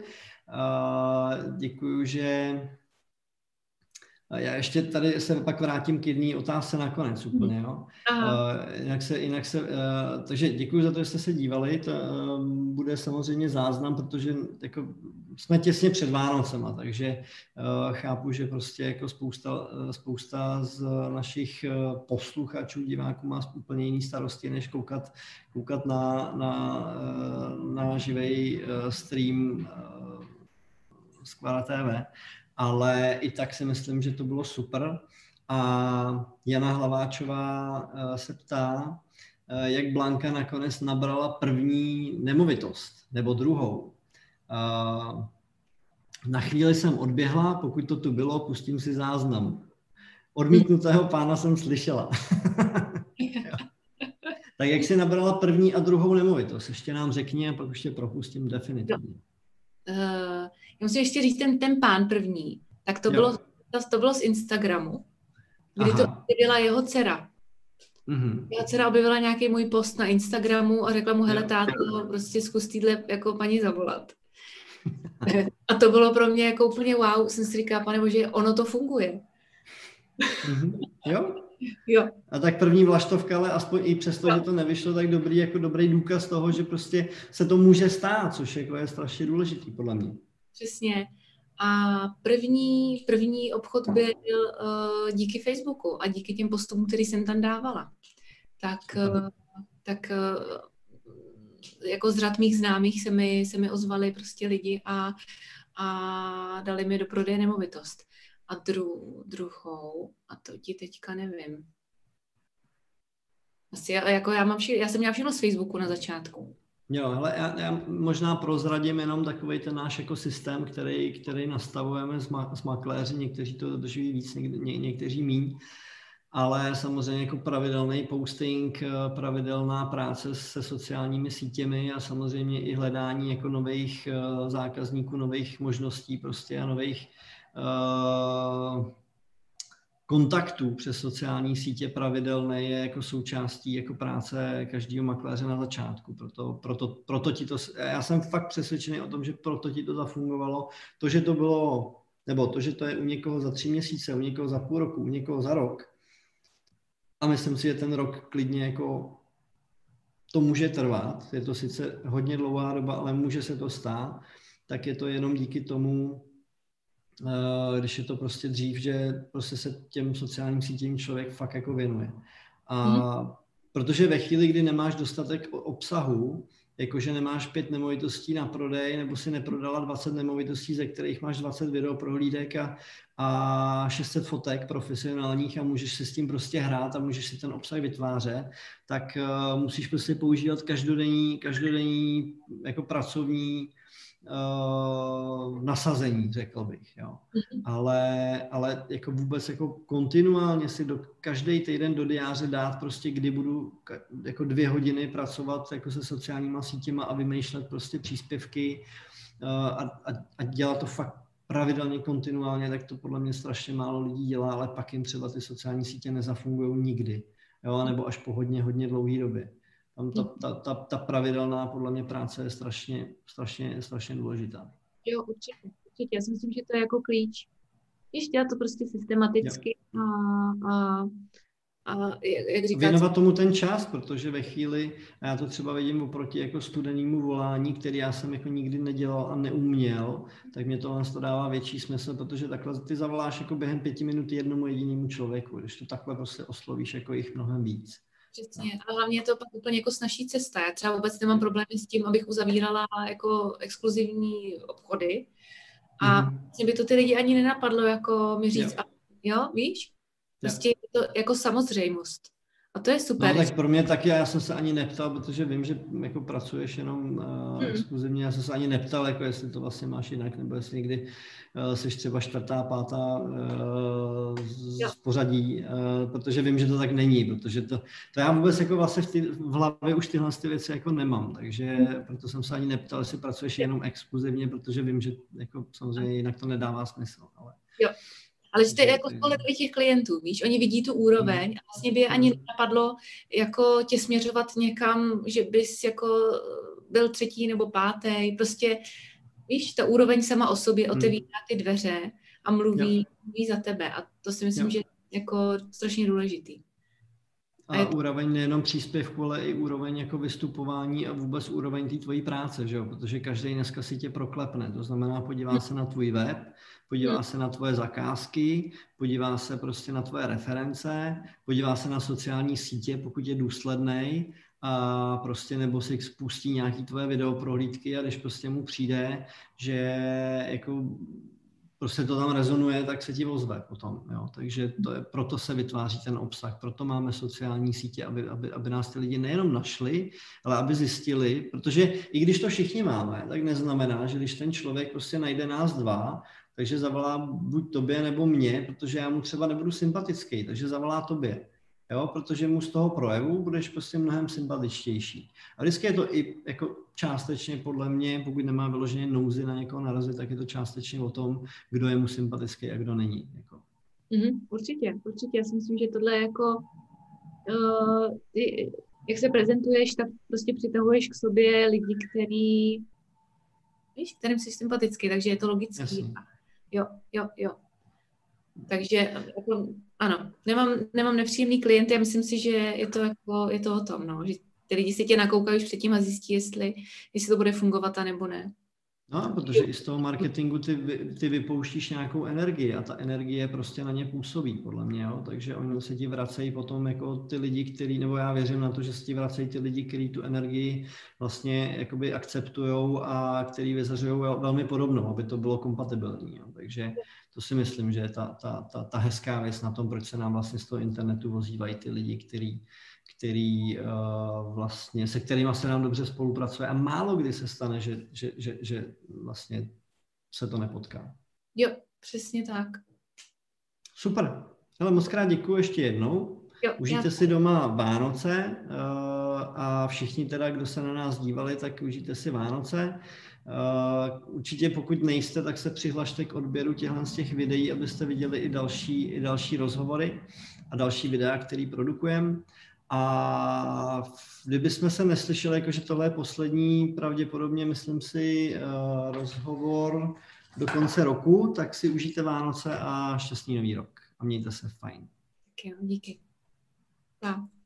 Uh, děkuju, že já ještě tady se pak vrátím k jedné otázce nakonec úplně, jo. Uh, jinak se, jinak se, uh, takže děkuji za to, že jste se dívali, to uh, bude samozřejmě záznam, protože jako jsme těsně před Vánocema, takže uh, chápu, že prostě jako spousta, uh, spousta z našich uh, posluchačů, diváků má úplně jiný starosti, než koukat, koukat na, na, uh, na živej uh, stream uh, z Kvara T V. Ale i tak si myslím, že to bylo super. A Jana Hlaváčová se ptá, jak Blanka nakonec nabrala první nemovitost, nebo druhou. Na chvíli jsem odběhla, pokud to tu bylo, pustím si záznam. Odmítnutého pána jsem slyšela. Tak jak jsi nabrala první a druhou nemovitost? Ještě nám řekni a pak už tě propustím definitivně. Uh, já musím ještě říct, ten, ten pán první, tak to bylo, to, to bylo z Instagramu, kdy Aha. to objevila jeho dcera. Mm-hmm. Jeho dcera objevila nějaký můj post na Instagramu a řekla mu, hele táto, prostě zkus týhle jako paní zavolat. A to bylo pro mě jako úplně wow, jsem si říkala, pane bože, ono to funguje. Mm-hmm. Jo? Jo. A tak první vlaštovka, ale aspoň i přesto, jo. že to nevyšlo, tak dobrý, jako dobrý důkaz toho, že prostě se to může stát, což jako je strašně důležitý podle mě. Přesně. A první, první obchod byl uh, díky Facebooku a díky těm postům, který jsem tam dávala. Tak, uh, tak uh, jako z řad mých známých se mi, se mi ozvali prostě lidi a, a dali mi do prodeje nemovitost. A dru, druhou, a to ti teďka nevím. Asi já, jako já, mám vši, já jsem měla všechno z Facebooku na začátku. Jo, hele, já, já možná prozradím jenom takovej ten náš jako systém, který, který nastavujeme s, ma, s makléři, někteří to dodržují víc, ně, ně, někteří míň, ale samozřejmě jako pravidelný posting, pravidelná práce se sociálními sítěmi a samozřejmě i hledání jako nových zákazníků, nových možností prostě a nových uh, kontaktů přes sociální sítě pravidelné je jako součástí jako práce každého makléře na začátku. Proto, proto, proto ti to, já jsem fakt přesvědčený o tom, že proto ti to zafungovalo. To, že to bylo, nebo to, že to je u někoho za tři měsíce, u někoho za půl roku, u někoho za rok. A myslím si, že ten rok klidně jako to může trvat. Je to sice hodně dlouhá doba, ale může se to stát. Tak je to jenom díky tomu, když je to prostě dřív, že prostě se těm sociálním sítím člověk fakt jako věnuje. A mm. protože ve chvíli, kdy nemáš dostatek obsahu, jakože nemáš pět nemovitostí na prodej, nebo si neprodala dvacet nemovitostí, ze kterých máš dvacet videoprohlídek a, a šest set fotek profesionálních a můžeš si s tím prostě hrát a můžeš si ten obsah vytvářet, tak uh, musíš prostě používat každodenní, každodenní jako pracovní Uh, nasazení, řekl bych, jo. Mm-hmm. Ale, ale jako vůbec jako kontinuálně si do každý týden do diáře dát prostě, kdy budu jako dvě hodiny pracovat jako se sociálníma sítěma a vymýšlet prostě příspěvky uh, a, a, a dělat to fakt pravidelně, kontinuálně, tak to podle mě strašně málo lidí dělá, ale pak jim třeba ty sociální sítě nezafungujou nikdy. jo, nebo až po hodně, hodně dlouhé době. Tam ta, ta, ta, ta pravidelná podle mě práce je strašně, strašně, strašně důležitá. Jo, určitě, určitě. Já si myslím, že to je jako klíč. Když dělat to prostě systematicky a, a, a jak, jak říkáte... Věnovat tomu ten čas, protože ve chvíli, a já to třeba vidím oproti jako studenému volání, který já jsem jako nikdy nedělal a neuměl, tak mě to to dává větší smysl, protože takhle ty zavoláš jako během pěti minut jednomu jedinému člověku, když to takhle prostě oslovíš jako jich mnohem víc. Přesně, a hlavně je to pak úplně jako snažší cesta. Já třeba vůbec nemám problémy s tím, abych uzavírala jako exkluzivní obchody a mm-hmm. vlastně by to ty lidi ani nenapadlo jako mi říct, jo, a, jo víš? Prostě jo. Je to jako samozřejmost. A to je super. No tak pro mě taky, já jsem se ani neptal, protože vím, že jako pracuješ jenom uh, hmm. exkluzivně, já jsem se ani neptal, jako jestli to vlastně máš jinak, nebo jestli někdy uh, jsi třeba čtvrtá, pátá uh, z, z pořadí, uh, protože vím, že to tak není, protože to, to já vůbec jako vlastně v, ty, v hlavě už tyhle ty věci jako nemám, takže hmm. proto jsem se ani neptal, jestli pracuješ jenom exkluzivně, protože vím, že jako samozřejmě jinak to nedává smysl. Ale... Jo. Ale že to je jako z těch klientů, víš, oni vidí tu úroveň a vlastně by je ani nenapadlo jako tě směřovat někam, že bys jako byl třetí nebo pátý, prostě, víš, ta úroveň sama o sobě otevírá ty dveře a mluví, mluví za tebe a to si myslím, jo. že je jako strašně důležitý. A, a úroveň nejenom příspěvku, ale i úroveň jako vystupování a vůbec úroveň té tvojí práce, že jo? Protože každý dneska si tě proklepne, to znamená podívá se na tvůj web, podívá se na tvoje zakázky, podívá se prostě na tvoje reference, podívá se na sociální sítě, pokud je důslednej, a prostě nebo si spustí nějaký tvoje videoprohlídky a když prostě mu přijde, že jako prostě to tam rezonuje, tak se ti ozve potom. Jo? Takže to je, proto se vytváří ten obsah, proto máme sociální sítě, aby, aby, aby nás ty lidi nejenom našli, ale aby zjistili, protože i když to všichni máme, tak neznamená, že když ten člověk prostě najde nás dva, takže zavolá buď tobě nebo mě, protože já mu třeba nebudu sympatický, takže zavolá tobě. Jo, protože mu z toho projevu budeš prostě mnohem sympatičtější. A vždycky je to i jako částečně podle mě, pokud nemá vyloženě nouzi na někoho narazit, tak je to částečně o tom, kdo je mu sympatický a kdo není. Jako. Mm-hmm, určitě, určitě. Já si myslím, že tohle je jako, uh, ty, jak se prezentuješ, tak prostě přitahuješ k sobě lidi, který, víš, kterým jsi sympatický, takže je to logický. Jasně. Jo, jo, jo. Takže jako, ano, nemám, nemám nepříjemný klienty a myslím si, že je to, jako, je to o tom, no, že ty lidi si tě nakoukají už předtím a zjistí, jestli, jestli to bude fungovat a nebo ne. No, protože i z toho marketingu ty, ty vypouštíš nějakou energii a ta energie prostě na ně působí, podle mě, jo? Takže oni se ti vracejí potom jako ty lidi, který, nebo já věřím na to, že se ti vracejí ty lidi, kteří tu energii vlastně jakoby akceptujou a který vyzařují velmi podobnou, aby to bylo kompatibilní, jo? Takže to si myslím, že je ta, ta, ta, ta hezká věc na tom, proč se nám vlastně z toho internetu ozývají ty lidi, který který uh, vlastně, se kterými se nám dobře spolupracuje a málo kdy se stane, že, že, že, že vlastně se to nepotká. Jo, přesně tak. Super. Hele, moc krát děkuji ještě jednou. Jo, užijte já... si doma Vánoce uh, a všichni teda, kdo se na nás dívali, tak užijte si Vánoce. Uh, určitě pokud nejste, tak se přihlašte k odběru těchto z těch videí, abyste viděli i další, i další rozhovory a další videa, které produkujeme. A kdybychom se neslyšeli, jakože tohle je poslední, pravděpodobně, myslím si, uh, rozhovor do konce roku, tak si užijte Vánoce a šťastný nový rok. A mějte se fajn. Tak jo, díky. Tak.